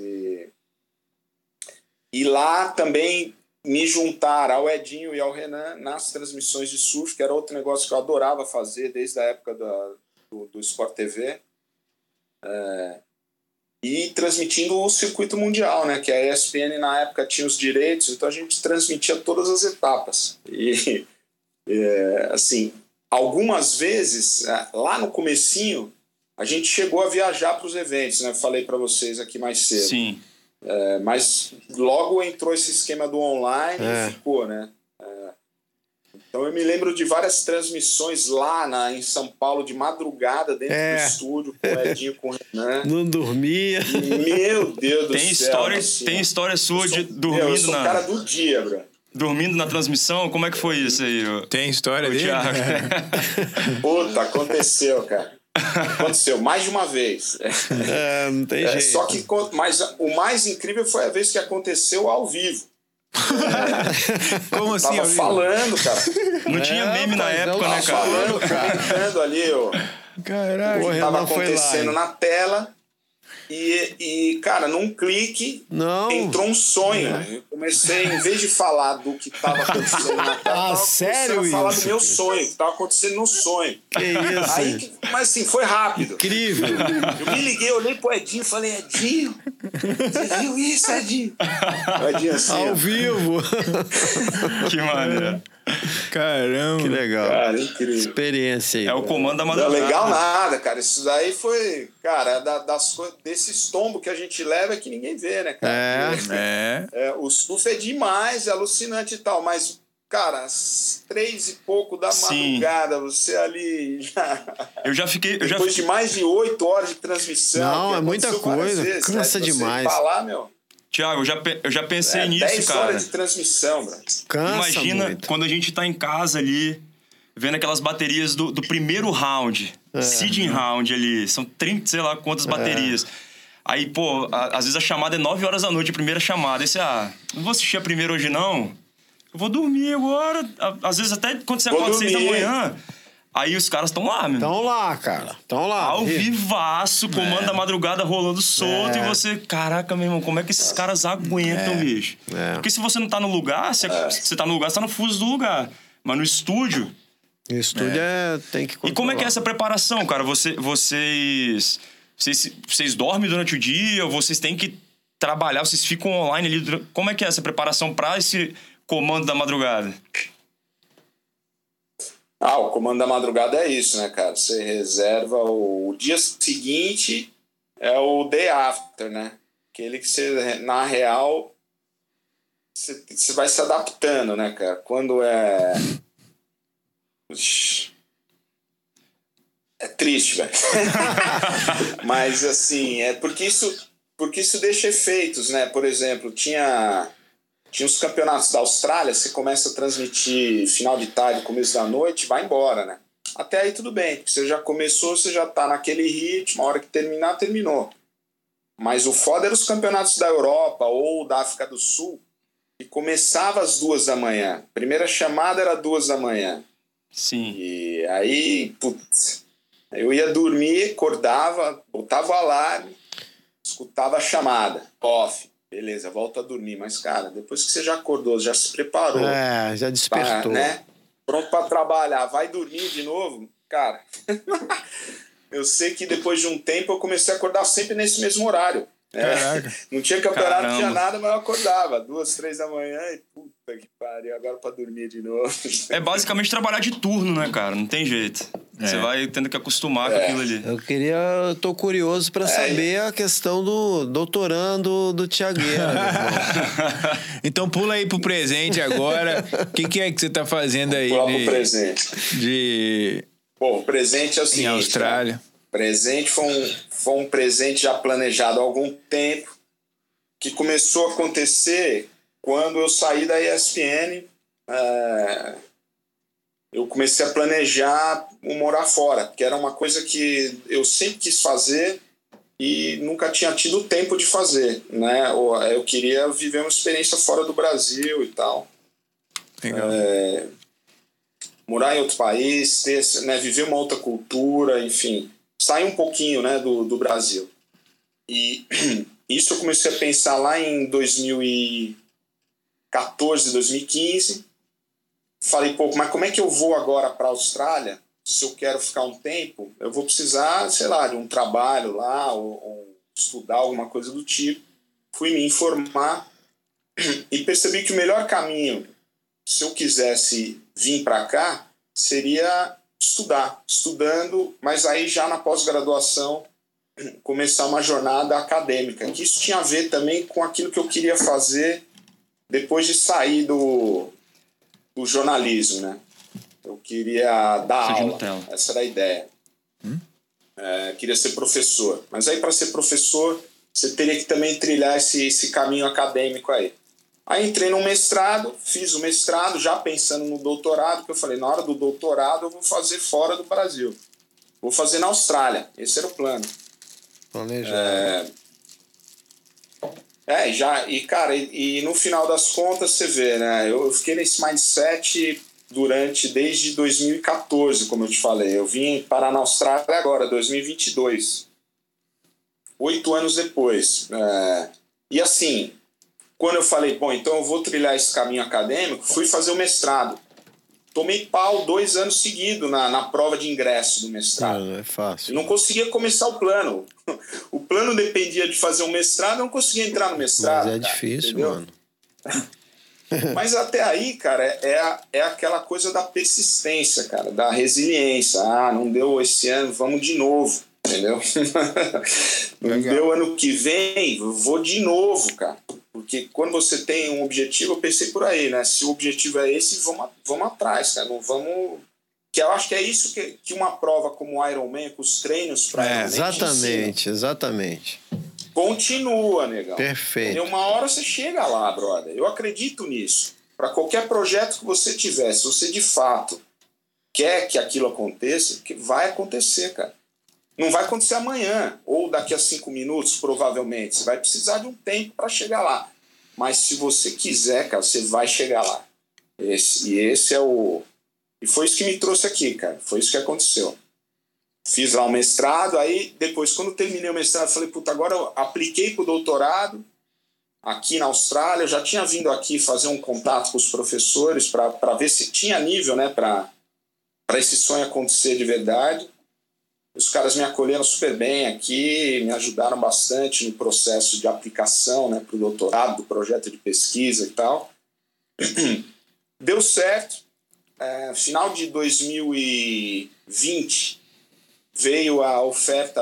E lá também me juntar ao Edinho e ao Renan nas transmissões de surf, que era outro negócio que eu adorava fazer desde a época do Sport TV. E transmitindo o circuito mundial, né? Que a ESPN na época tinha os direitos, então a gente transmitia todas as etapas. E, assim, algumas vezes, lá no comecinho, a gente chegou a viajar para os eventos, né? Falei para vocês aqui mais cedo. Sim. Mas logo entrou esse esquema do online e ficou, né? Então eu me lembro de várias transmissões lá em São Paulo de madrugada dentro do estúdio com o Edinho, com o Renan. Não dormia. Meu Deus do céu. Tem história sua de dormindo eu sou um cara do dia, bro. Dormindo na transmissão? Como é que foi isso aí? Tem história dele? Puta, aconteceu, cara. Aconteceu mais de uma vez. Não tem jeito. Só que mas o mais incrível foi a vez que aconteceu ao vivo. Como assim? Tava falando, cara. Não tinha meme na época, né, cara? Falando, comentando ali, ó. Caraca. O que tava acontecendo na tela. E, cara, num clique, entrou um sonho. Eu comecei, em vez de falar do que tava acontecendo na tela, sério a falar do meu sonho, que tava acontecendo no sonho. Que isso? Aí, mas assim, foi rápido. Incrível. Eu me liguei, olhei pro Edinho e falei, Edinho, você viu isso, Edinho? O Edinho assim, ao vivo. Que maneiro. Caramba. Que legal. Cara, incrível. Experiência aí. É o comando da madrugada. Não é legal nada, cara. Isso daí foi, cara, desses tombos que a gente leva é que ninguém vê, né, cara? O surf é demais, é alucinante e tal, mas, cara, às 3 e pouco da madrugada, você ali depois de mais de 8 horas de transmissão. Não, é muita coisa. Vezes, cansa demais. Falar, meu. Tiago, eu já pensei nisso, 10 cara. 10 horas de transmissão, bro. Imagina muito. quando a gente tá em casa ali, vendo aquelas baterias do primeiro round, seeding round ali, são 30, sei lá quantas baterias. Aí, pô, às vezes a chamada é 9 horas da noite, a primeira chamada. Aí você, não vou assistir a primeira hoje não, eu vou dormir agora. Às vezes até quando você acorda 6 da manhã... Aí os caras estão lá, meu. Estão lá, cara. Estão lá. Ao vivaço, comando da madrugada rolando solto. E você, caraca, meu irmão, como é que esses caras aguentam, bicho? Porque se você não tá no lugar, você tá no lugar, você tá no fuso do lugar. Mas no estúdio... O estúdio tem que controlar. E como é que é essa preparação, cara? Vocês dormem durante o dia? Ou vocês têm que trabalhar? Vocês ficam online ali? Como é que é essa preparação pra esse comando da madrugada? O comando da madrugada é isso, né, cara? Você reserva o dia seguinte, é o day after, né? Aquele que você, na real, você vai se adaptando, né, cara? Quando é... É triste, velho. Mas, assim, porque isso deixa efeitos, né? Por exemplo, tinha os campeonatos da Austrália, você começa a transmitir final de tarde, começo da noite, vai embora, né? Até aí tudo bem, porque você já começou, você já tá naquele ritmo, a hora que terminar, terminou. Mas o foda era os campeonatos da Europa ou da África do Sul, que começava às 2 da manhã. Primeira chamada era 2 da manhã. Sim. E aí, putz, eu ia dormir, acordava, botava o alarme, escutava a chamada, off. Beleza, volta a dormir. Mas, cara, depois que você já acordou, já se preparou. Já despertou. Né? Pronto pra trabalhar, vai dormir de novo? Cara, eu sei que depois de um tempo eu comecei a acordar sempre nesse mesmo horário. Não tinha campeonato, não tinha nada, mas eu acordava 2, 3 da manhã e puta que pariu, agora pra dormir de novo. É basicamente trabalhar de turno, né, cara? Não tem jeito. Você vai tendo que acostumar com aquilo ali. Eu tô curioso pra saber a questão do doutorando do Thiagueira. Então pula aí pro presente agora. O que é que você tá fazendo aí? Pula pro presente. Bom, o presente é o seguinte. Em Austrália. Né? Presente foi um presente já planejado há algum tempo, que começou a acontecer quando eu saí da ESPN. Eu comecei a planejar morar fora, que era uma coisa que eu sempre quis fazer e nunca tinha tido tempo de fazer, né? Eu queria viver uma experiência fora do Brasil e tal. Legal. morar em outro país, né, viver uma outra cultura, enfim, sair um pouquinho, né, do Brasil. E isso eu comecei a pensar lá em 2014, 2015. Falei, pô, mas como é que eu vou agora para a Austrália? Se eu quero ficar um tempo, eu vou precisar, sei lá, de um trabalho lá ou estudar alguma coisa do tipo. Fui me informar e percebi que o melhor caminho, se eu quisesse vir para cá, seria estudando, mas aí já na pós-graduação começar uma jornada acadêmica, que isso tinha a ver também com aquilo que eu queria fazer depois de sair do jornalismo, né? Eu queria dar aula, essa era a ideia. Queria ser professor, mas aí para ser professor você teria que também trilhar esse caminho acadêmico aí. Aí entrei no mestrado, fiz o mestrado, já pensando no doutorado, que eu falei, na hora do doutorado eu vou fazer fora do Brasil. Vou fazer na Austrália, esse era o plano. Planejado. Cara, no final das contas, você vê, né? Eu fiquei nesse mindset desde 2014, como eu te falei. Eu vim parar na Austrália agora, 2022. 8 anos depois. E assim, quando eu falei, bom, então eu vou trilhar esse caminho acadêmico, fui fazer o mestrado. Tomei pau 2 anos seguidos na prova de ingresso do mestrado. Não é fácil. Eu não conseguia começar o plano. O plano dependia de fazer um mestrado, eu não conseguia entrar no mestrado. Mas é difícil, entendeu? Mano. Mas até aí, cara, é aquela coisa da persistência, cara, da resiliência. Não deu esse ano, vamos de novo, entendeu? Não deu ano que vem, vou de novo, cara. Porque quando você tem um objetivo, eu pensei por aí, né? Se o objetivo é esse, vamos atrás, cara. Não vamos... Que eu acho que é isso que uma prova como o Ironman, com os treinos para Ironman... Exatamente. Continua, negão. Perfeito. E uma hora você chega lá, brother. Eu acredito nisso. Para qualquer projeto que você tiver, se você de fato quer que aquilo aconteça, que vai acontecer, cara. Não vai acontecer amanhã, ou daqui a 5 minutos, provavelmente. Você vai precisar de um tempo para chegar lá. Mas se você quiser, cara, você vai chegar lá. Esse é o... E foi isso que me trouxe aqui, cara. Foi isso que aconteceu. Fiz lá o mestrado, aí depois, quando terminei o mestrado, falei, puta, agora eu apliquei pro doutorado aqui na Austrália. Eu já tinha vindo aqui fazer um contato com os professores para ver se tinha nível, né, para esse sonho acontecer de verdade. Os caras me acolheram super bem aqui, me ajudaram bastante no processo de aplicação, né, pro doutorado, do projeto de pesquisa e tal. Deu certo. Final de 2020 veio a oferta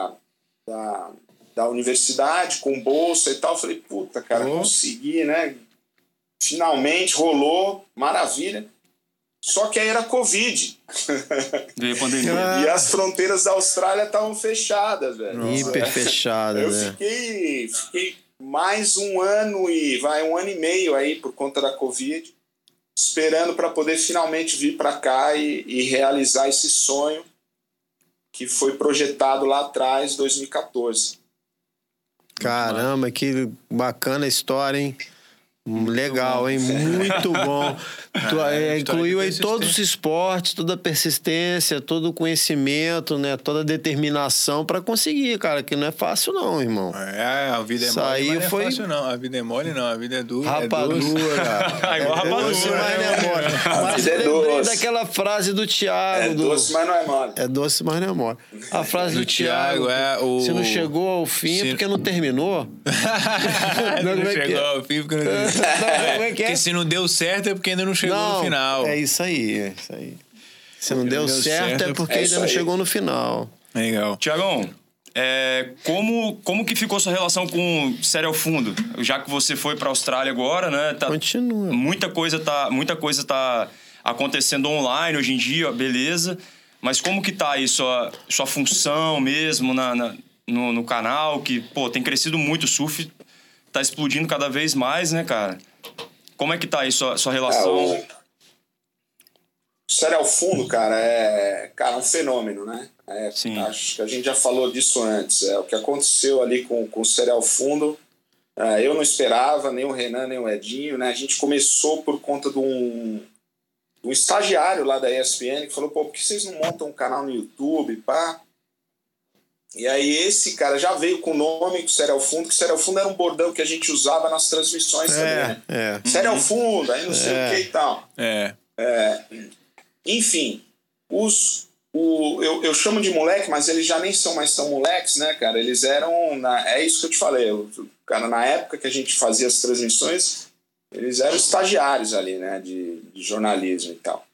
da universidade com bolsa e tal. Falei, puta, cara, consegui, né? Finalmente rolou, maravilha. Só que aí era Covid. Veio a pandemia. E as fronteiras da Austrália estavam fechadas, velho. Hiper fechadas, eu fiquei mais um ano e meio aí por conta da Covid, esperando para poder finalmente vir para cá e realizar esse sonho que foi projetado lá atrás, 2014. Caramba, que bacana a história, hein? Legal, hein? Muito bom. Incluiu aí todos os esportes, toda a persistência, todo o conhecimento, né? Toda a determinação para conseguir, cara, que não é fácil não, irmão. A vida é mole, mas não é fácil não. A vida é mole não, a vida é dura. Rapadura. Igual rapadura. Doce, mas não é mole. Mas eu lembrei daquela frase do Thiago. É doce, mas não é mole. É doce, mas não é mole. A frase do Thiago se não chegou ao fim é porque não terminou. Não chegou ao fim porque não terminou. Porque se não deu certo é porque ainda não chegou no final. É isso aí. Se não deu certo é porque ainda não chegou no final. Legal. Tiagão, como que ficou sua relação com Série ao Fundo? Já que você foi para a Austrália agora, né? Continua. Muita coisa tá acontecendo online hoje em dia, beleza. Mas como que tá aí sua função mesmo no canal? Que, pô, tem crescido muito o surf. Tá explodindo cada vez mais, né, cara? Como é que tá aí sua relação? O Série ao Fundo, cara, é um fenômeno, né? Sim. Acho que a gente já falou disso antes. O que aconteceu ali com o Série ao Fundo, eu não esperava, nem o Renan, nem o Edinho, né? A gente começou por conta de um um estagiário lá da ESPN que falou, pô, por que vocês não montam um canal no YouTube, pá? E aí esse cara já veio com o nome do Série ao Fundo, que o Série ao Fundo era um bordão que a gente usava nas transmissões também, né? Série ao Fundo, aí não sei o que e tal. Enfim, eu chamo de moleque, mas eles já nem são mais tão moleques, né, cara? Eles eram... é isso que eu te falei. Cara, na época que a gente fazia as transmissões, eles eram estagiários ali, né, de jornalismo e tal.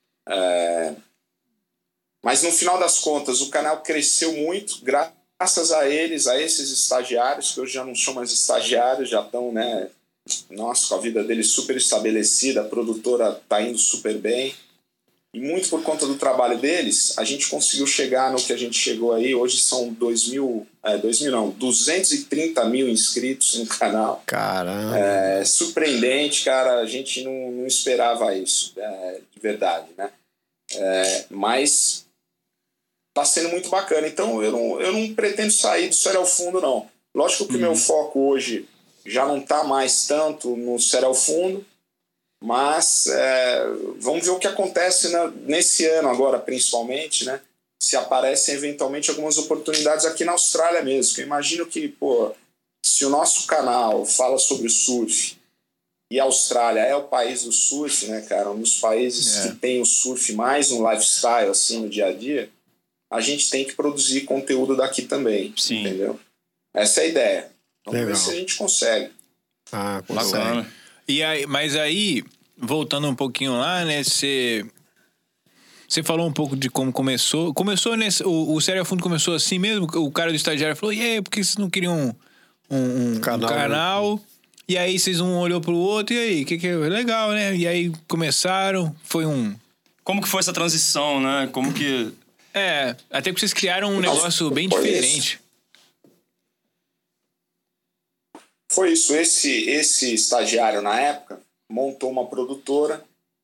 Mas no final das contas, o canal cresceu muito graças a eles, a esses estagiários, que hoje já não são mais estagiários, já estão, né, nossa, com a vida deles super estabelecida, a produtora tá indo super bem. E muito por conta do trabalho deles, a gente conseguiu chegar no que a gente chegou aí. Hoje são 230 mil inscritos no canal. Caramba! É surpreendente, cara. A gente não esperava isso, de verdade, né? Mas tá sendo muito bacana. Então eu não pretendo sair do Série ao Fundo, não. Lógico que o meu foco hoje já não tá mais tanto no Série ao Fundo, mas vamos ver o que acontece nesse ano agora, principalmente, né? Se aparecem eventualmente algumas oportunidades aqui na Austrália mesmo. Que eu imagino que, pô, se o nosso canal fala sobre o surf e a Austrália é o país do surf, né, cara? Um dos países que tem o surf mais no lifestyle, assim, no dia a dia, a gente tem que produzir conteúdo daqui também. Sim. Entendeu? Essa é a ideia. Vamos ver se a gente consegue. Consegue. E aí, mas aí, voltando um pouquinho lá, né? Você falou um pouco de como começou. Começou nesse. O Série ao Fundo começou assim mesmo? O cara do estagiário falou: e aí, por que vocês não queriam um canal? Né? E aí vocês um olhou pro outro, e aí? Que é legal, né? E aí começaram, foi um. Como que foi essa transição, né? Como que. Até que vocês criaram um negócio bem diferente. Foi isso. Esse estagiário, na época, montou uma produtora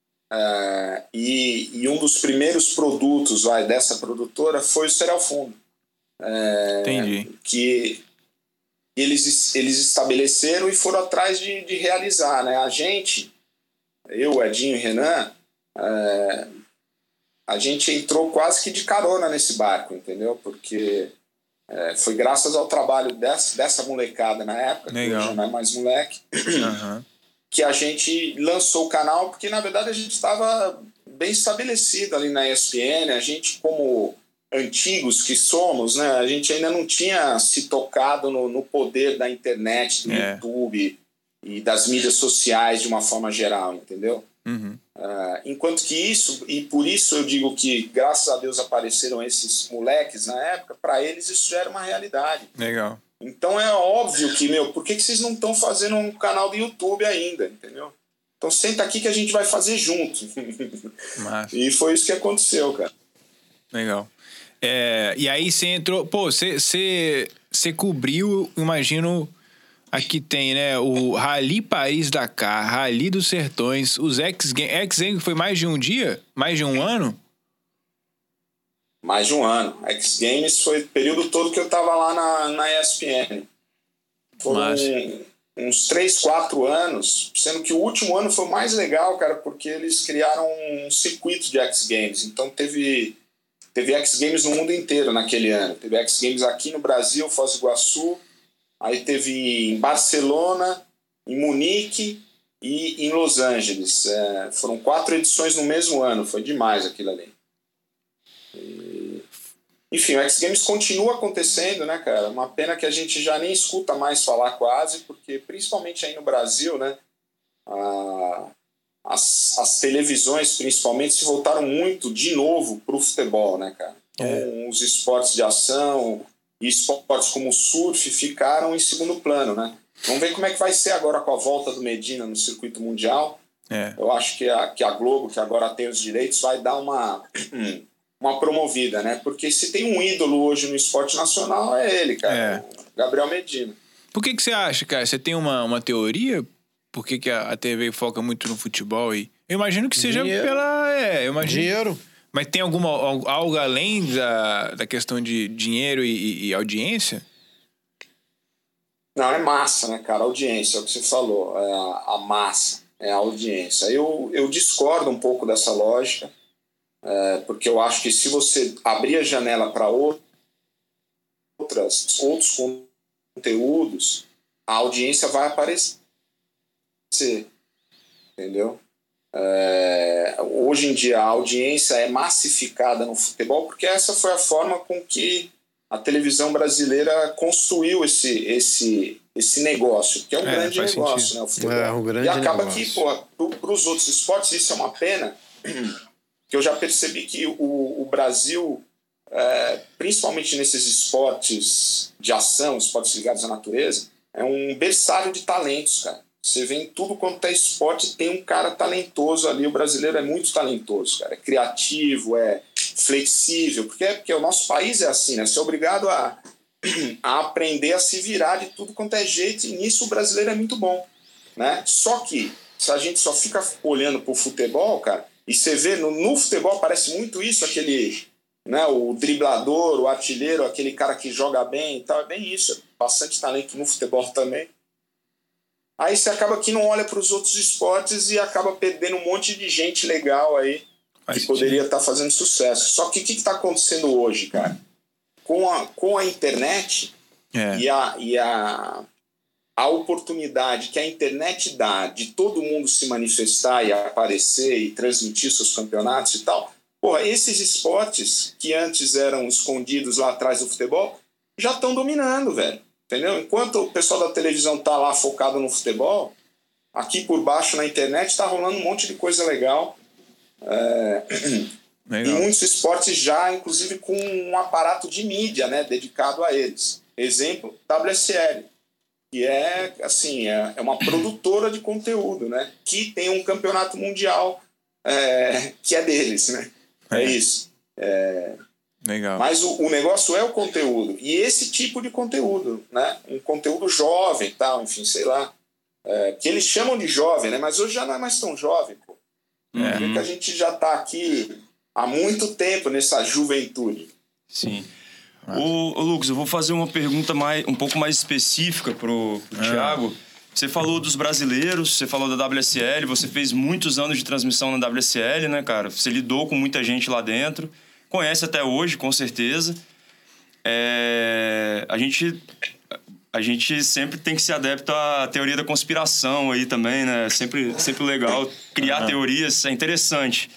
e um dos primeiros produtos dessa produtora foi o Série ao Fundo. Entendi. Que eles estabeleceram e foram atrás de realizar, né? A gente, eu, Edinho e Renan, a gente entrou quase que de carona nesse barco, entendeu? Porque... foi graças ao trabalho dessa molecada na época, que já não é mais moleque, que a gente lançou o canal, porque na verdade a gente estava bem estabelecido ali na ESPN. A gente, como antigos que somos, né, a gente ainda não tinha se tocado no poder da internet, do YouTube e das mídias sociais de uma forma geral, entendeu? Enquanto que isso, e por isso eu digo que graças a Deus apareceram esses moleques na época, para eles isso já era uma realidade. Legal. Então é óbvio que, por que vocês não estão fazendo um canal do YouTube ainda, entendeu? Então senta aqui que a gente vai fazer junto. E foi isso que aconteceu, cara. Legal. E aí você entrou, você cobriu, imagino... Aqui tem, né, o Rally Paris-Dakar, Rally dos Sertões, os X-Games foi mais de um dia? Mais de um ano? Mais de um ano. X-Games foi o período todo que eu tava lá na ESPN. Foram uns 3, 4 anos, sendo que o último ano foi o mais legal, cara, porque eles criaram um circuito de X-Games. Então teve X-Games no mundo inteiro naquele ano. Teve X-Games aqui no Brasil, Foz do Iguaçu. Aí teve em Barcelona, em Munique e em Los Angeles. Foram 4 edições no mesmo ano. Foi demais aquilo ali. Enfim, o X-Games continua acontecendo, né, cara? Uma pena que a gente já nem escuta mais falar quase, porque principalmente aí no Brasil, né, as televisões principalmente se voltaram muito de novo pro futebol, né, cara? Então, os esportes de ação... e esportes como o surf ficaram em segundo plano, né? Vamos ver como é que vai ser agora com a volta do Medina no circuito mundial. Eu acho que a Globo, que agora tem os direitos, vai dar uma promovida, né? Porque se tem um ídolo hoje no esporte nacional, é ele, cara. O Gabriel Medina. Por que você acha, cara? Você tem uma teoria? Por que a TV foca muito no futebol? Eu imagino que seja Dinheiro. Mas tem algo além da questão de dinheiro e audiência? Não, é massa, né, cara? Audiência, é o que você falou. A massa. é a audiência. Eu discordo um pouco dessa lógica, porque eu acho que se você abrir a janela para outros conteúdos, a audiência vai aparecer, entendeu? Hoje em dia a audiência é massificada no futebol porque essa foi a forma com que a televisão brasileira construiu esse negócio, que é um grande negócio, né, o futebol. E acaba que, para os outros esportes, isso é uma pena, que eu já percebi que o Brasil, principalmente nesses esportes de ação, esportes ligados à natureza, é um berçário de talentos, cara. Você vê em tudo quanto é esporte, tem um cara talentoso ali. O brasileiro é muito talentoso, cara. É criativo, é flexível. Porque o nosso país é assim, né? Você é obrigado a aprender a se virar de tudo quanto é jeito. E nisso o brasileiro é muito bom, né? Só que se a gente só fica olhando pro futebol, cara, e você vê no futebol parece muito isso, aquele, né, o driblador, o artilheiro, aquele cara que joga bem e tal. É bem isso. É bastante talento no futebol também. Aí você acaba que não olha para os outros esportes e acaba perdendo um monte de gente legal aí que poderia estar fazendo sucesso. Só que o que está acontecendo hoje, cara? Com a internet e a oportunidade que a internet dá de todo mundo se manifestar e aparecer e transmitir seus campeonatos e tal, esses esportes que antes eram escondidos lá atrás do futebol já estão dominando, velho. Entendeu? Enquanto o pessoal da televisão tá lá focado no futebol, aqui por baixo na internet tá rolando um monte de coisa legal. E muitos esportes já, inclusive, com um aparato de mídia, né, dedicado a eles. Exemplo, WSL, que é uma produtora de conteúdo, né, que tem um campeonato mundial que é deles, né? É isso. Legal. Mas o negócio é o conteúdo. E esse tipo de conteúdo, né? Um conteúdo jovem e tal, enfim, sei lá. Que eles chamam de jovem, né? Mas hoje já não é mais tão jovem, pô. Porque a gente já está aqui há muito tempo nessa juventude. Sim. Ô, Lucas, eu vou fazer uma pergunta um pouco mais específica pro Thiago. Você falou dos brasileiros, você falou da WSL, você fez muitos anos de transmissão na WSL, né, cara? Você lidou com muita gente lá dentro. Conhece até hoje, com certeza. A gente sempre tem que ser adepto à teoria da conspiração aí também, né? Sempre legal criar teorias, é interessante.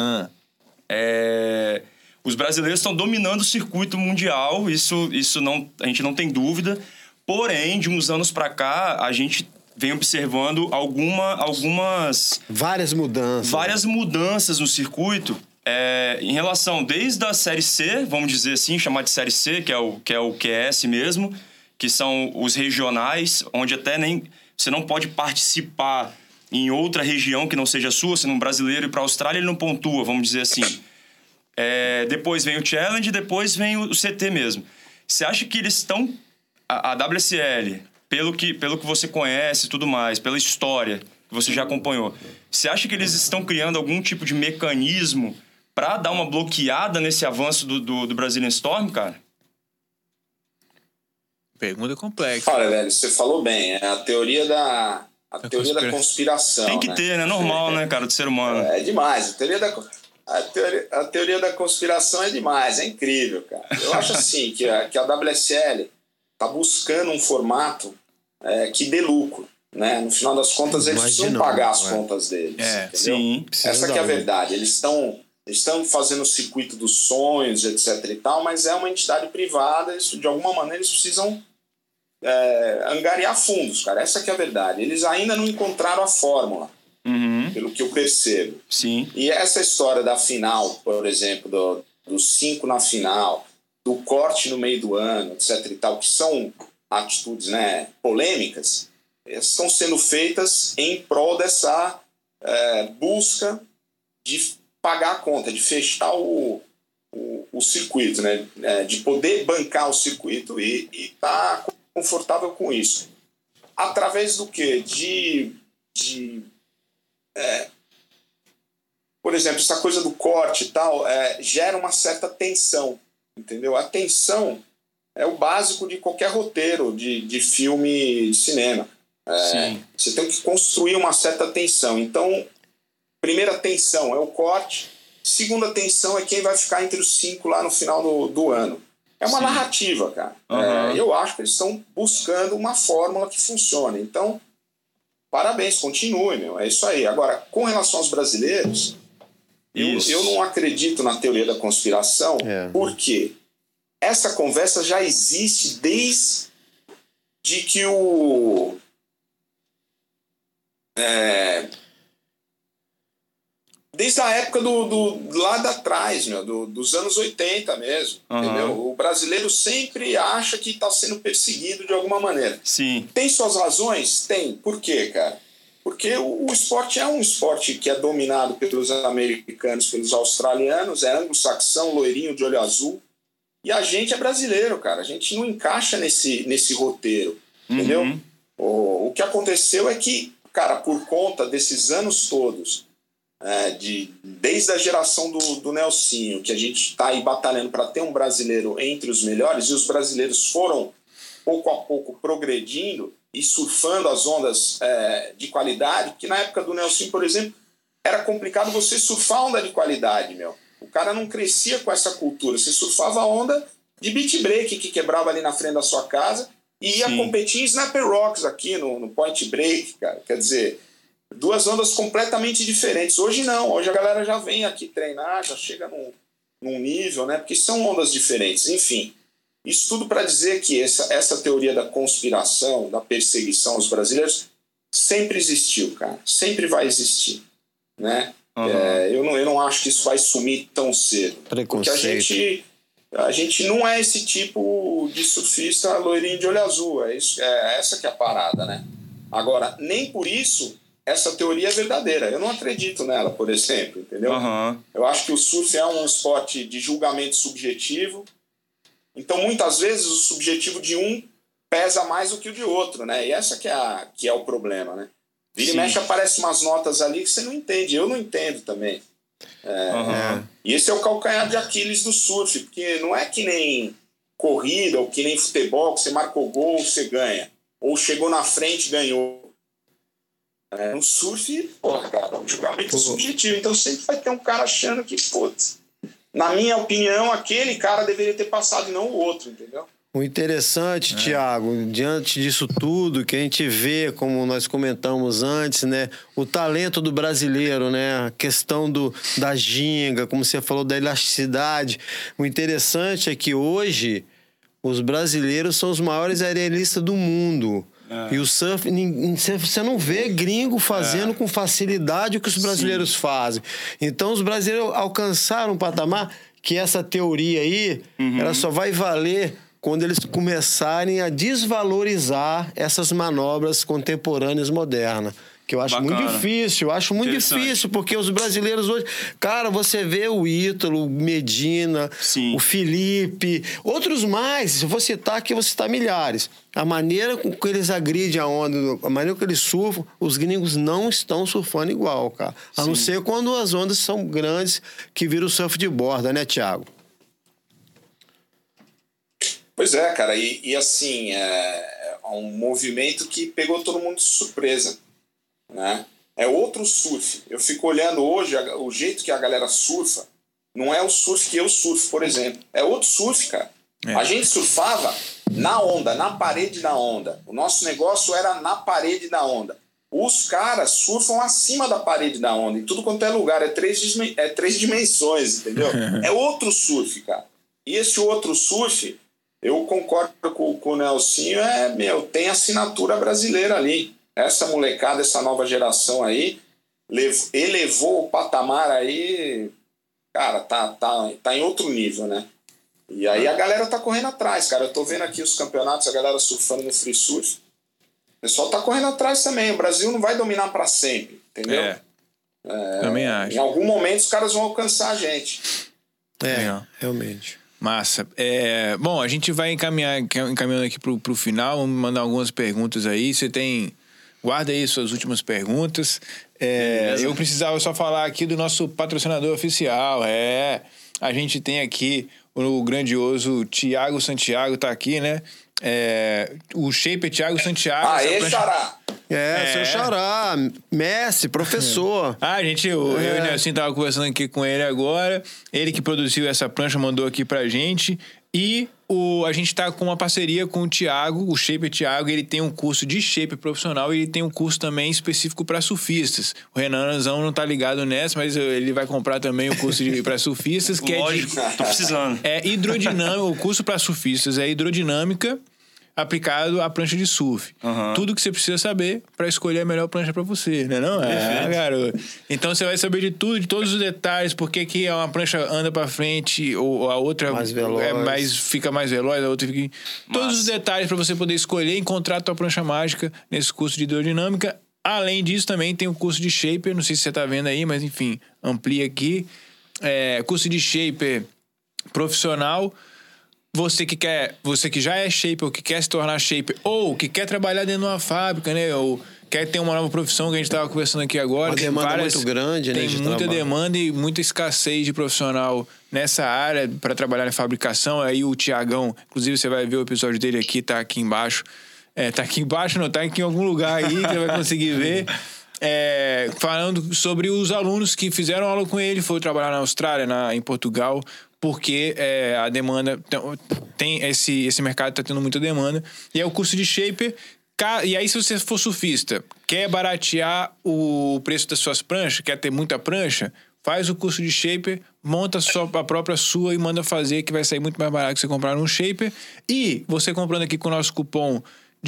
Os brasileiros estão dominando o circuito mundial, isso não, a gente não tem dúvida. Porém, de uns anos para cá, a gente vem observando algumas... Várias mudanças no circuito. Em relação desde a Série C, vamos dizer assim, chamar de Série C, que é o QS mesmo, que são os regionais, onde até nem você não pode participar em outra região que não seja sua, sendo um brasileiro ir para a Austrália, ele não pontua, vamos dizer assim. Depois vem o Challenge, depois vem o CT mesmo. Você acha que eles estão... A WSL, pelo que você conhece e tudo mais, pela história que você já acompanhou, você acha que eles estão criando algum tipo de mecanismo para dar uma bloqueada nesse avanço do Brazilian Storm, cara? Pergunta complexa. Olha, velho, você falou bem. É a teoria da conspiração. Tem que ter, né? Normal, né, cara, do ser humano. É demais. A teoria da conspiração é demais. É incrível, cara. Eu acho assim que a WSL tá buscando um formato que dê lucro. Né? No final das contas, eles precisam pagar as contas deles. Entendeu? Sim. Essa que é a verdade. Eles estão fazendo o circuito dos sonhos, etc. e tal, mas é uma entidade privada, de alguma maneira eles precisam angariar fundos, cara. Essa que é a verdade. Eles ainda não encontraram a fórmula, pelo que eu percebo. Sim. E essa história da final, por exemplo, dos 5 na final, do corte no meio do ano, etc. e tal, que são atitudes, né, polêmicas, estão sendo feitas em prol dessa busca de pagar a conta, de fechar o circuito, né? De poder bancar o circuito e estar confortável com isso. Através do quê? Por exemplo, essa coisa do corte e tal gera uma certa tensão, entendeu? A tensão é o básico de qualquer roteiro de filme de cinema. Você tem que construir uma certa tensão. Então, primeira tensão é o corte, segunda tensão é quem vai ficar entre os 5 lá no final do ano. É uma narrativa, cara. Eu acho que eles estão buscando uma fórmula que funcione. Então, parabéns, continue, meu. É isso aí. Agora, com relação aos brasileiros, eu não acredito na teoria da conspiração, porque essa conversa já existe desde que desde a época lá de atrás, dos anos 80 mesmo, entendeu? O brasileiro sempre acha que está sendo perseguido de alguma maneira. Sim. Tem suas razões? Tem. Por quê, cara? Porque o esporte é um esporte que é dominado pelos americanos, pelos australianos, é anglo-saxão, loirinho, de olho azul, e a gente é brasileiro, cara. A gente não encaixa nesse roteiro, entendeu? O que aconteceu é que, cara, por conta desses anos todos, desde a geração do Nelsinho, que a gente está aí batalhando para ter um brasileiro entre os melhores, e os brasileiros foram pouco a pouco progredindo e surfando as ondas de qualidade, porque na época do Nelsinho, por exemplo, era complicado você surfar onda de qualidade, meu. O cara não crescia com essa cultura, você surfava a onda de beat break que quebrava ali na frente da sua casa e ia competir em Snapper Rocks aqui no Point Break, cara. Quer dizer, duas ondas completamente diferentes. Hoje não, hoje a galera já vem aqui treinar, já chega num nível, né? Porque são ondas diferentes. Enfim, isso tudo para dizer que essa teoria da conspiração, da perseguição aos brasileiros, sempre existiu, cara. Sempre vai existir, né? Eu não acho que isso vai sumir tão cedo. Porque a gente não é esse tipo de surfista loirinho de olho azul. Essa que é a parada, né? Agora, nem por isso essa teoria é verdadeira. Eu não acredito nela, por exemplo, entendeu? Eu acho que o surf é um esporte de julgamento subjetivo. Então, muitas vezes, o subjetivo de um pesa mais do que o de outro, né? E essa que é o problema, né? Vira e mexe, aparecem umas notas ali que você não entende. Eu não entendo também. E esse é o calcanhar de Aquiles do surf, porque não é que nem corrida ou que nem futebol, que você marcou gol, você ganha. Ou chegou na frente e ganhou. No surf, cara, é um julgamento subjetivo. Então sempre vai ter um cara achando que, putz, na minha opinião, aquele cara deveria ter passado e não o outro, entendeu? O interessante, Thiago, diante disso tudo que a gente vê, como nós comentamos antes, né, o talento do brasileiro, né, a questão da ginga, como você falou, da elasticidade. O interessante é que hoje os brasileiros são os maiores arenistas do mundo. E o surf, você não vê gringo fazendo com facilidade o que os brasileiros fazem. Então, os brasileiros alcançaram um patamar que essa teoria aí, ela só vai valer quando eles começarem a desvalorizar essas manobras contemporâneas modernas. Que eu acho muito difícil, porque os brasileiros hoje... Cara, você vê o Ítalo, o Medina, o Felipe, outros mais, se eu vou citar aqui, eu vou citar milhares. A maneira com que eles agridem a onda, a maneira que eles surfam, os gringos não estão surfando igual, cara. A não ser quando as ondas são grandes, que vira o surf de borda, né, Thiago? Pois é, cara, e assim, é um movimento que pegou todo mundo de surpresa, né? É outro surf. Eu fico olhando hoje, o jeito que a galera surfa, não é o surf que eu surfo, por exemplo. É outro surf, cara. A gente surfava na onda, na parede da onda. O nosso negócio era na parede da onda. Os caras surfam acima da parede da onda, em tudo quanto é lugar. É três dimensões, entendeu? É outro surf, cara. E esse outro surf... Eu concordo com o Nelsinho, tem assinatura brasileira ali. Essa molecada, essa nova geração aí, elevou o patamar aí, cara, tá em outro nível, né? E aí a galera tá correndo atrás, cara. Eu tô vendo aqui os campeonatos, a galera surfando no free surf. O pessoal tá correndo atrás também. O Brasil não vai dominar para sempre, entendeu? Também acho. Em algum momento os caras vão alcançar a gente. Realmente. Massa. Bom, a gente vai encaminhando aqui pro final, vamos mandar algumas perguntas aí. Você tem... Guarda aí suas últimas perguntas. Eu precisava só falar aqui do nosso patrocinador oficial. A gente tem aqui o grandioso Thiago Santiago, tá aqui, né? O Shaper Thiago Santiago. Xará! Seu xará, mestre, professor. Eu e o Nelson tava conversando aqui com ele agora. Ele que produziu essa prancha mandou aqui pra gente. E a gente tá com uma parceria com o Thiago, o Shaper Thiago. Ele tem um curso de shaper profissional e ele tem um curso também específico para surfistas. O Renanzão não tá ligado nessa, mas ele vai comprar também o curso para surfistas. Lógico, tô precisando. É hidrodinâmica, o curso para surfistas é hidrodinâmica aplicado à prancha de surf. Tudo que você precisa saber para escolher a melhor prancha para você, né não? Garoto. Então você vai saber de tudo, de todos os detalhes, por que uma prancha anda para frente ou a outra fica mais veloz, a outra fica... Todos os detalhes para você poder escolher e encontrar a tua prancha mágica nesse curso de hidrodinâmica. Além disso, também tem o curso de shaper, não sei se você tá vendo aí, mas enfim, amplia aqui. Curso de shaper profissional. Você que já é shaper, ou que quer se tornar shaper, ou que quer trabalhar dentro de uma fábrica, né? Ou quer ter uma nova profissão que a gente estava conversando aqui agora. Uma demanda muito grande, né? Tem muita demanda e muita escassez de profissional nessa área para trabalhar na fabricação. Aí o Thiagão, inclusive você vai ver o episódio dele aqui, tá aqui embaixo. Tá aqui embaixo, não, tá aqui em algum lugar aí que você vai conseguir ver. Falando sobre os alunos que fizeram aula com ele, foram trabalhar na Austrália, em Portugal, porque a demanda tem esse mercado está tendo muita demanda. E é o curso de shaper. E aí, se você for surfista, quer baratear o preço das suas pranchas, quer ter muita prancha, faz o curso de shaper, monta a própria sua e manda fazer, que vai sair muito mais barato que você comprar um shaper. E você comprando aqui com o nosso cupom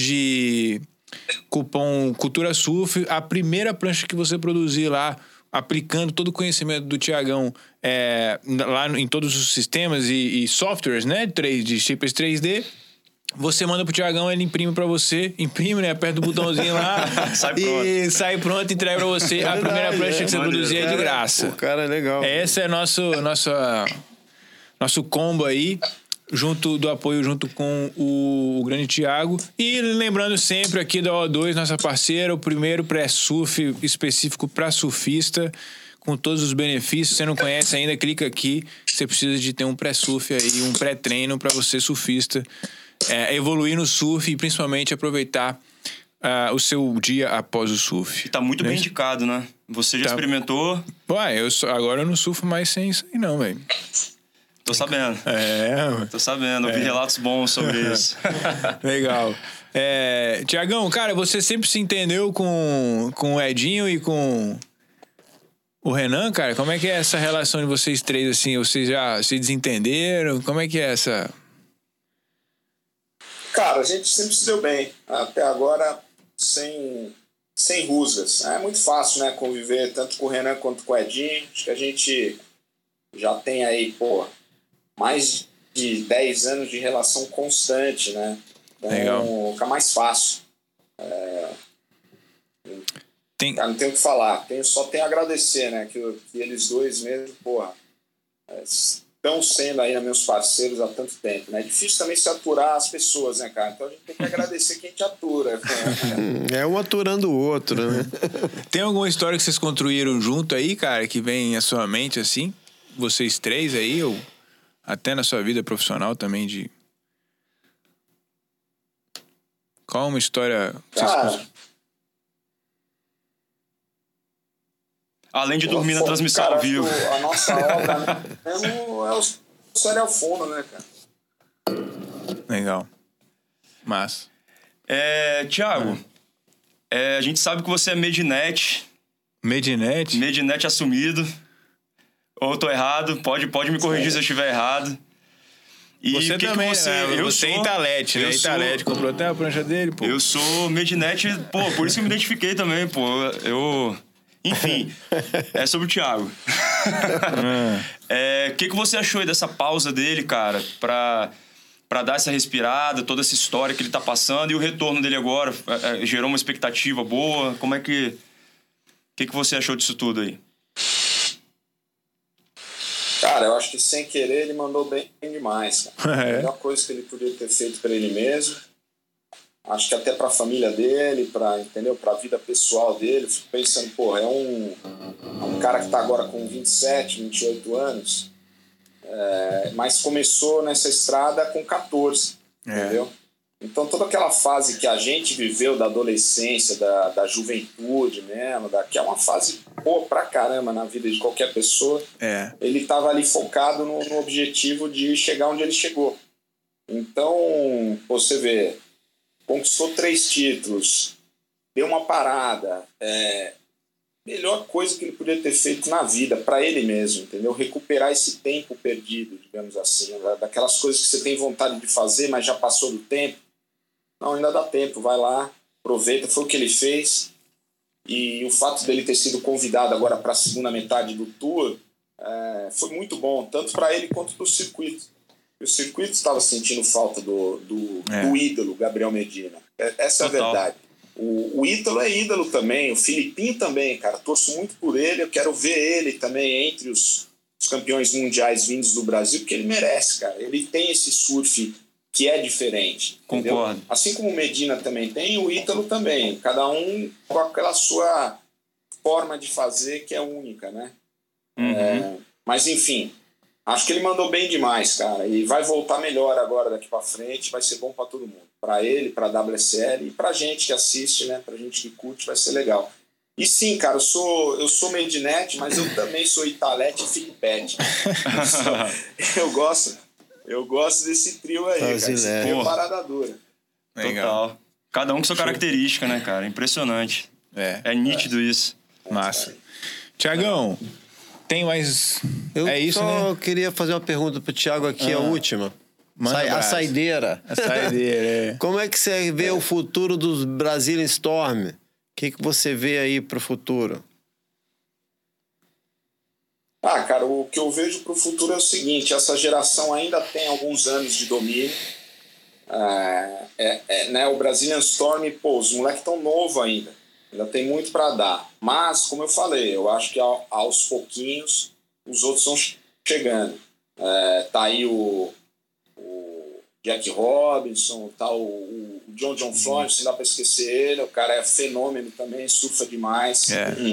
Cultura Surf, a primeira prancha que você produzir lá, aplicando todo o conhecimento do Thiagão lá em todos os sistemas e softwares, né, de shapers 3D, você manda pro Thiagão, ele imprime pra você, né, aperta o botãozinho lá sai pronto, entrega pra você. A primeira prancha que você produzir é de graça. O cara é legal. Esse é nosso combo aí, do apoio junto com o grande Thiago. E lembrando sempre aqui da O2, nossa parceira, o primeiro pré-surf específico para surfista, com todos os benefícios. Se você não conhece ainda, clica aqui. Você precisa de ter um pré-surf aí, um pré-treino para você surfista evoluir no surf e principalmente aproveitar o seu dia após o surf. E tá muito bem indicado, né? Você já experimentou? Agora eu não surfo mais sem isso aí não, velho. Tô sabendo. Tô sabendo. Ouvi relatos bons sobre isso. Legal. Thiagão, cara, você sempre se entendeu com o Edinho e com o Renan, cara? Como é que é essa relação de vocês três, assim? Vocês já se desentenderam? Como é que é essa... Cara, a gente sempre se deu bem. Até agora, sem rusgas. É muito fácil, né? Conviver tanto com o Renan quanto com o Edinho. Acho que a gente já tem aí, mais de 10 anos de relação constante, né? Então, legal. Fica mais fácil. Cara, não tenho o que falar. Só tenho a agradecer, né? Que eles dois mesmo, estão sendo aí meus parceiros há tanto tempo, né? É difícil também se aturar as pessoas, né, cara? Então a gente tem que agradecer quem te atura. É um aturando o outro, né? Tem alguma história que vocês construíram junto aí, cara, que vem à sua mente, assim? Vocês três aí, ou até na sua vida profissional também de... Qual uma história... Cara... Além de dormir na transmissão ao vivo. A nossa obra mesmo é o Serial Fundo, né, cara? Legal. Massa. Thiago, a gente sabe que você é Medinet. Medinet? Medinet assumido. Ou eu tô errado? Pode me corrigir se eu estiver errado. E você também, você... né? Você é Italete, né? Italete, comprou até a prancha dele, pô. Eu sou Medinet, por isso que eu me identifiquei também, pô. Enfim, é sobre o Thiago. O que você achou aí dessa pausa dele, cara, pra dar essa respirada, toda essa história que ele tá passando, e o retorno dele agora gerou uma expectativa boa? Como é que... O que você achou disso tudo aí? Cara, eu acho que sem querer ele mandou bem demais, cara. A melhor coisa que ele podia ter feito pra ele mesmo. Acho que até pra família dele, pra vida pessoal dele. Fico pensando, é um cara que tá agora com 27, 28 anos, mas começou nessa estrada com 14, entendeu? Então, toda aquela fase que a gente viveu da adolescência, da juventude mesmo, que é uma fase boa pra caramba na vida de qualquer pessoa, ele estava ali focado no objetivo de chegar onde ele chegou. Então, você vê, conquistou 3 títulos, deu uma parada, melhor coisa que ele podia ter feito na vida, para ele mesmo, entendeu? Recuperar esse tempo perdido, digamos assim, daquelas coisas que você tem vontade de fazer, mas já passou do tempo. Não, ainda dá tempo, vai lá, aproveita, foi o que ele fez. E o fato dele ter sido convidado agora para a segunda metade do Tour foi muito bom, tanto para ele quanto para o circuito. O circuito estava sentindo falta do ídolo, Gabriel Medina. Essa é a verdade. O Ítalo é ídolo também, o Filipinho também, cara. Torço muito por ele, eu quero ver ele também entre os campeões mundiais vindos do Brasil, porque ele merece, cara. Ele tem esse surf que é diferente. Concordo. Entendeu? Assim como o Medina também tem, o Ítalo também. Cada um com aquela sua forma de fazer que é única, né? Mas, enfim, acho que ele mandou bem demais, cara. E vai voltar melhor agora daqui pra frente. Vai ser bom pra todo mundo. Pra ele, pra WSL e pra gente que assiste, né? Pra gente que curte, vai ser legal. E sim, cara, eu sou Medinete, mas eu também sou Italete e Filipete. Eu gosto desse trio aí, cara. Esse trio parada dura. Total. Cada um com sua característica, né, cara? Impressionante. É nítido isso. Massa. Tiagão, tem mais... Eu só queria fazer uma pergunta pro Thiago aqui, a última. A saideira. A saideira, Como é que você vê o futuro dos Brazilian Storm? O que você vê aí pro futuro? Cara, o que eu vejo pro futuro é o seguinte, essa geração ainda tem alguns anos de domínio. Né, o Brazilian Storm, os moleques estão novos ainda tem muito para dar. Mas, como eu falei, eu acho que aos pouquinhos os outros estão chegando. Tá aí o Jack Robinson, tá o John Flores, não dá para esquecer ele, o cara é fenômeno também, surfa demais.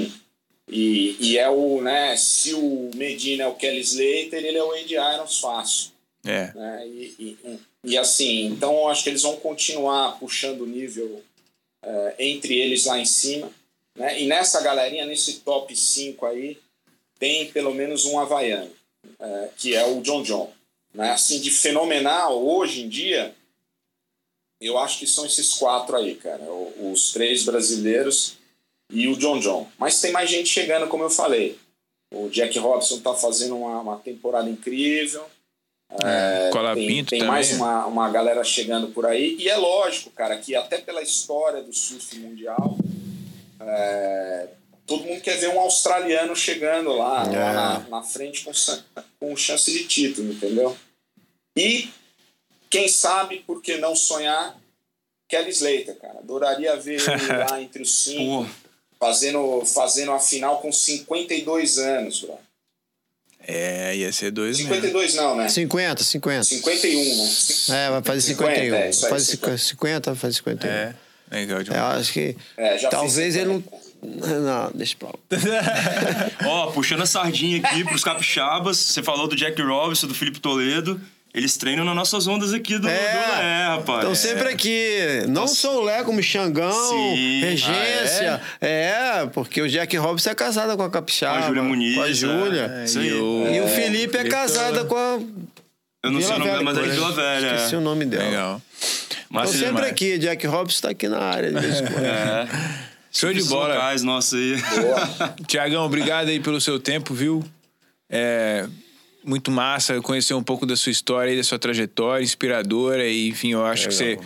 E é o, né, se o Medina é o Kelly Slater, ele é o Andy Irons fácil. Né? E assim, então eu acho que eles vão continuar puxando o nível entre eles lá em cima. Né? E nessa galerinha, nesse top 5 aí, tem pelo menos um havaiano, que é o John. Né? Assim, de fenomenal, hoje em dia, eu acho que são esses 4 aí, cara. Os 3 brasileiros e o John. Mas tem mais gente chegando, como eu falei. O Jack Robinson tá fazendo uma temporada incrível. Tem mais uma galera chegando por aí. E é lógico, cara, que até pela história do surf mundial, todo mundo quer ver um australiano chegando lá na frente com chance de título, entendeu? E quem sabe, por que não sonhar, Kelly Slater, cara. Adoraria ver ele lá entre os 5, fazendo a final com 52 anos, bro. Ia ser 2 52 mesmo. Não, né? 50. 51, né? Vai fazer 51. Faz 50, vai fazer 51. Legal demais. Eu acho que talvez ele não... Não, deixa pra lá. Puxando a sardinha aqui pros capixabas, você falou do Jack Robinson, do Felipe Toledo. Eles treinam nas nossas ondas aqui do rapaz. Estão sempre aqui. Não só o Lé, como Xangão, Regência. Porque o Jack Robinson é casado com a capixaba. Com a Júlia Muniz. Com a Júlia. E o Felipe é casado com a... Eu não sei o nome dela, mas é de Vila Velha. Esqueci o nome dela. Legal. Estão sempre aqui. Jack Robinson tá aqui na área. Show de bola. Locais, nossa aí. Tiagão, obrigado aí pelo seu tempo, viu? Muito massa conhecer um pouco da sua história e da sua trajetória, inspiradora. E, enfim, eu acho que você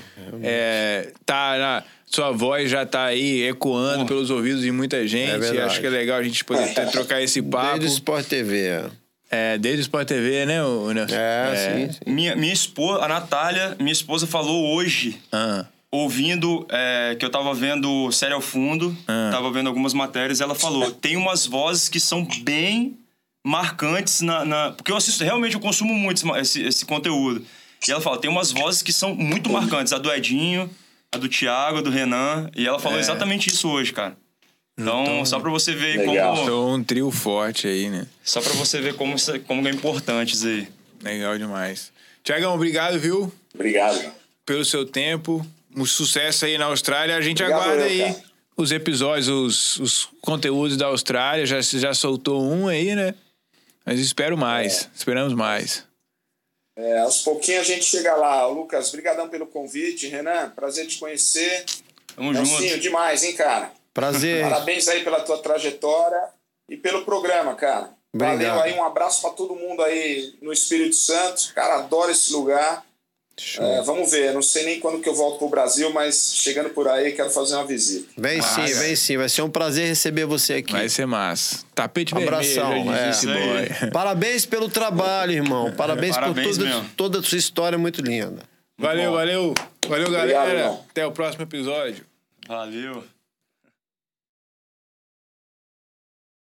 sua voz já tá aí ecoando pelos ouvidos de muita gente. Acho que é legal a gente poder trocar esse papo. Desde o Sport TV. Desde o Sport TV, né, Nelson? Sim. Minha esposa, a Natália, minha esposa falou hoje, ouvindo, que eu tava vendo Série ao Fundo, tava vendo algumas matérias, ela falou, tem umas vozes que são bem marcantes porque eu assisto, realmente eu consumo muito esse conteúdo. E ela fala, tem umas vozes que são muito marcantes, a do Edinho, a do Thiago, a do Renan, e ela falou exatamente isso hoje, cara. Então, só pra você ver como... Então, um trio forte aí, né? Só pra você ver como é importante isso aí. Legal demais. Tiagão, obrigado, viu? Obrigado. pelo seu tempo. Um sucesso aí na Austrália. A gente Obrigado, aguarda aí os episódios, os conteúdos da Austrália. Já soltou um aí, né? Mas espero mais. Esperamos mais. Aos pouquinhos a gente chega lá. Lucas, brigadão pelo convite. Renan, prazer te conhecer. Tamo junto. Demais, hein, cara? Prazer. Parabéns aí pela tua trajetória e pelo programa, cara. Obrigado. Valeu aí, um abraço para todo mundo aí no Espírito Santo. Cara, adoro esse lugar. Vamos ver, não sei nem quando que eu volto pro Brasil, mas chegando por aí, quero fazer uma visita. Vem sim. Vai ser um prazer receber você aqui. Vai ser massa. Tapete abração, vermelho. Parabéns pelo trabalho, irmão. Parabéns por toda a sua história muito linda. Valeu, galera. Obrigado, até o próximo episódio. Valeu.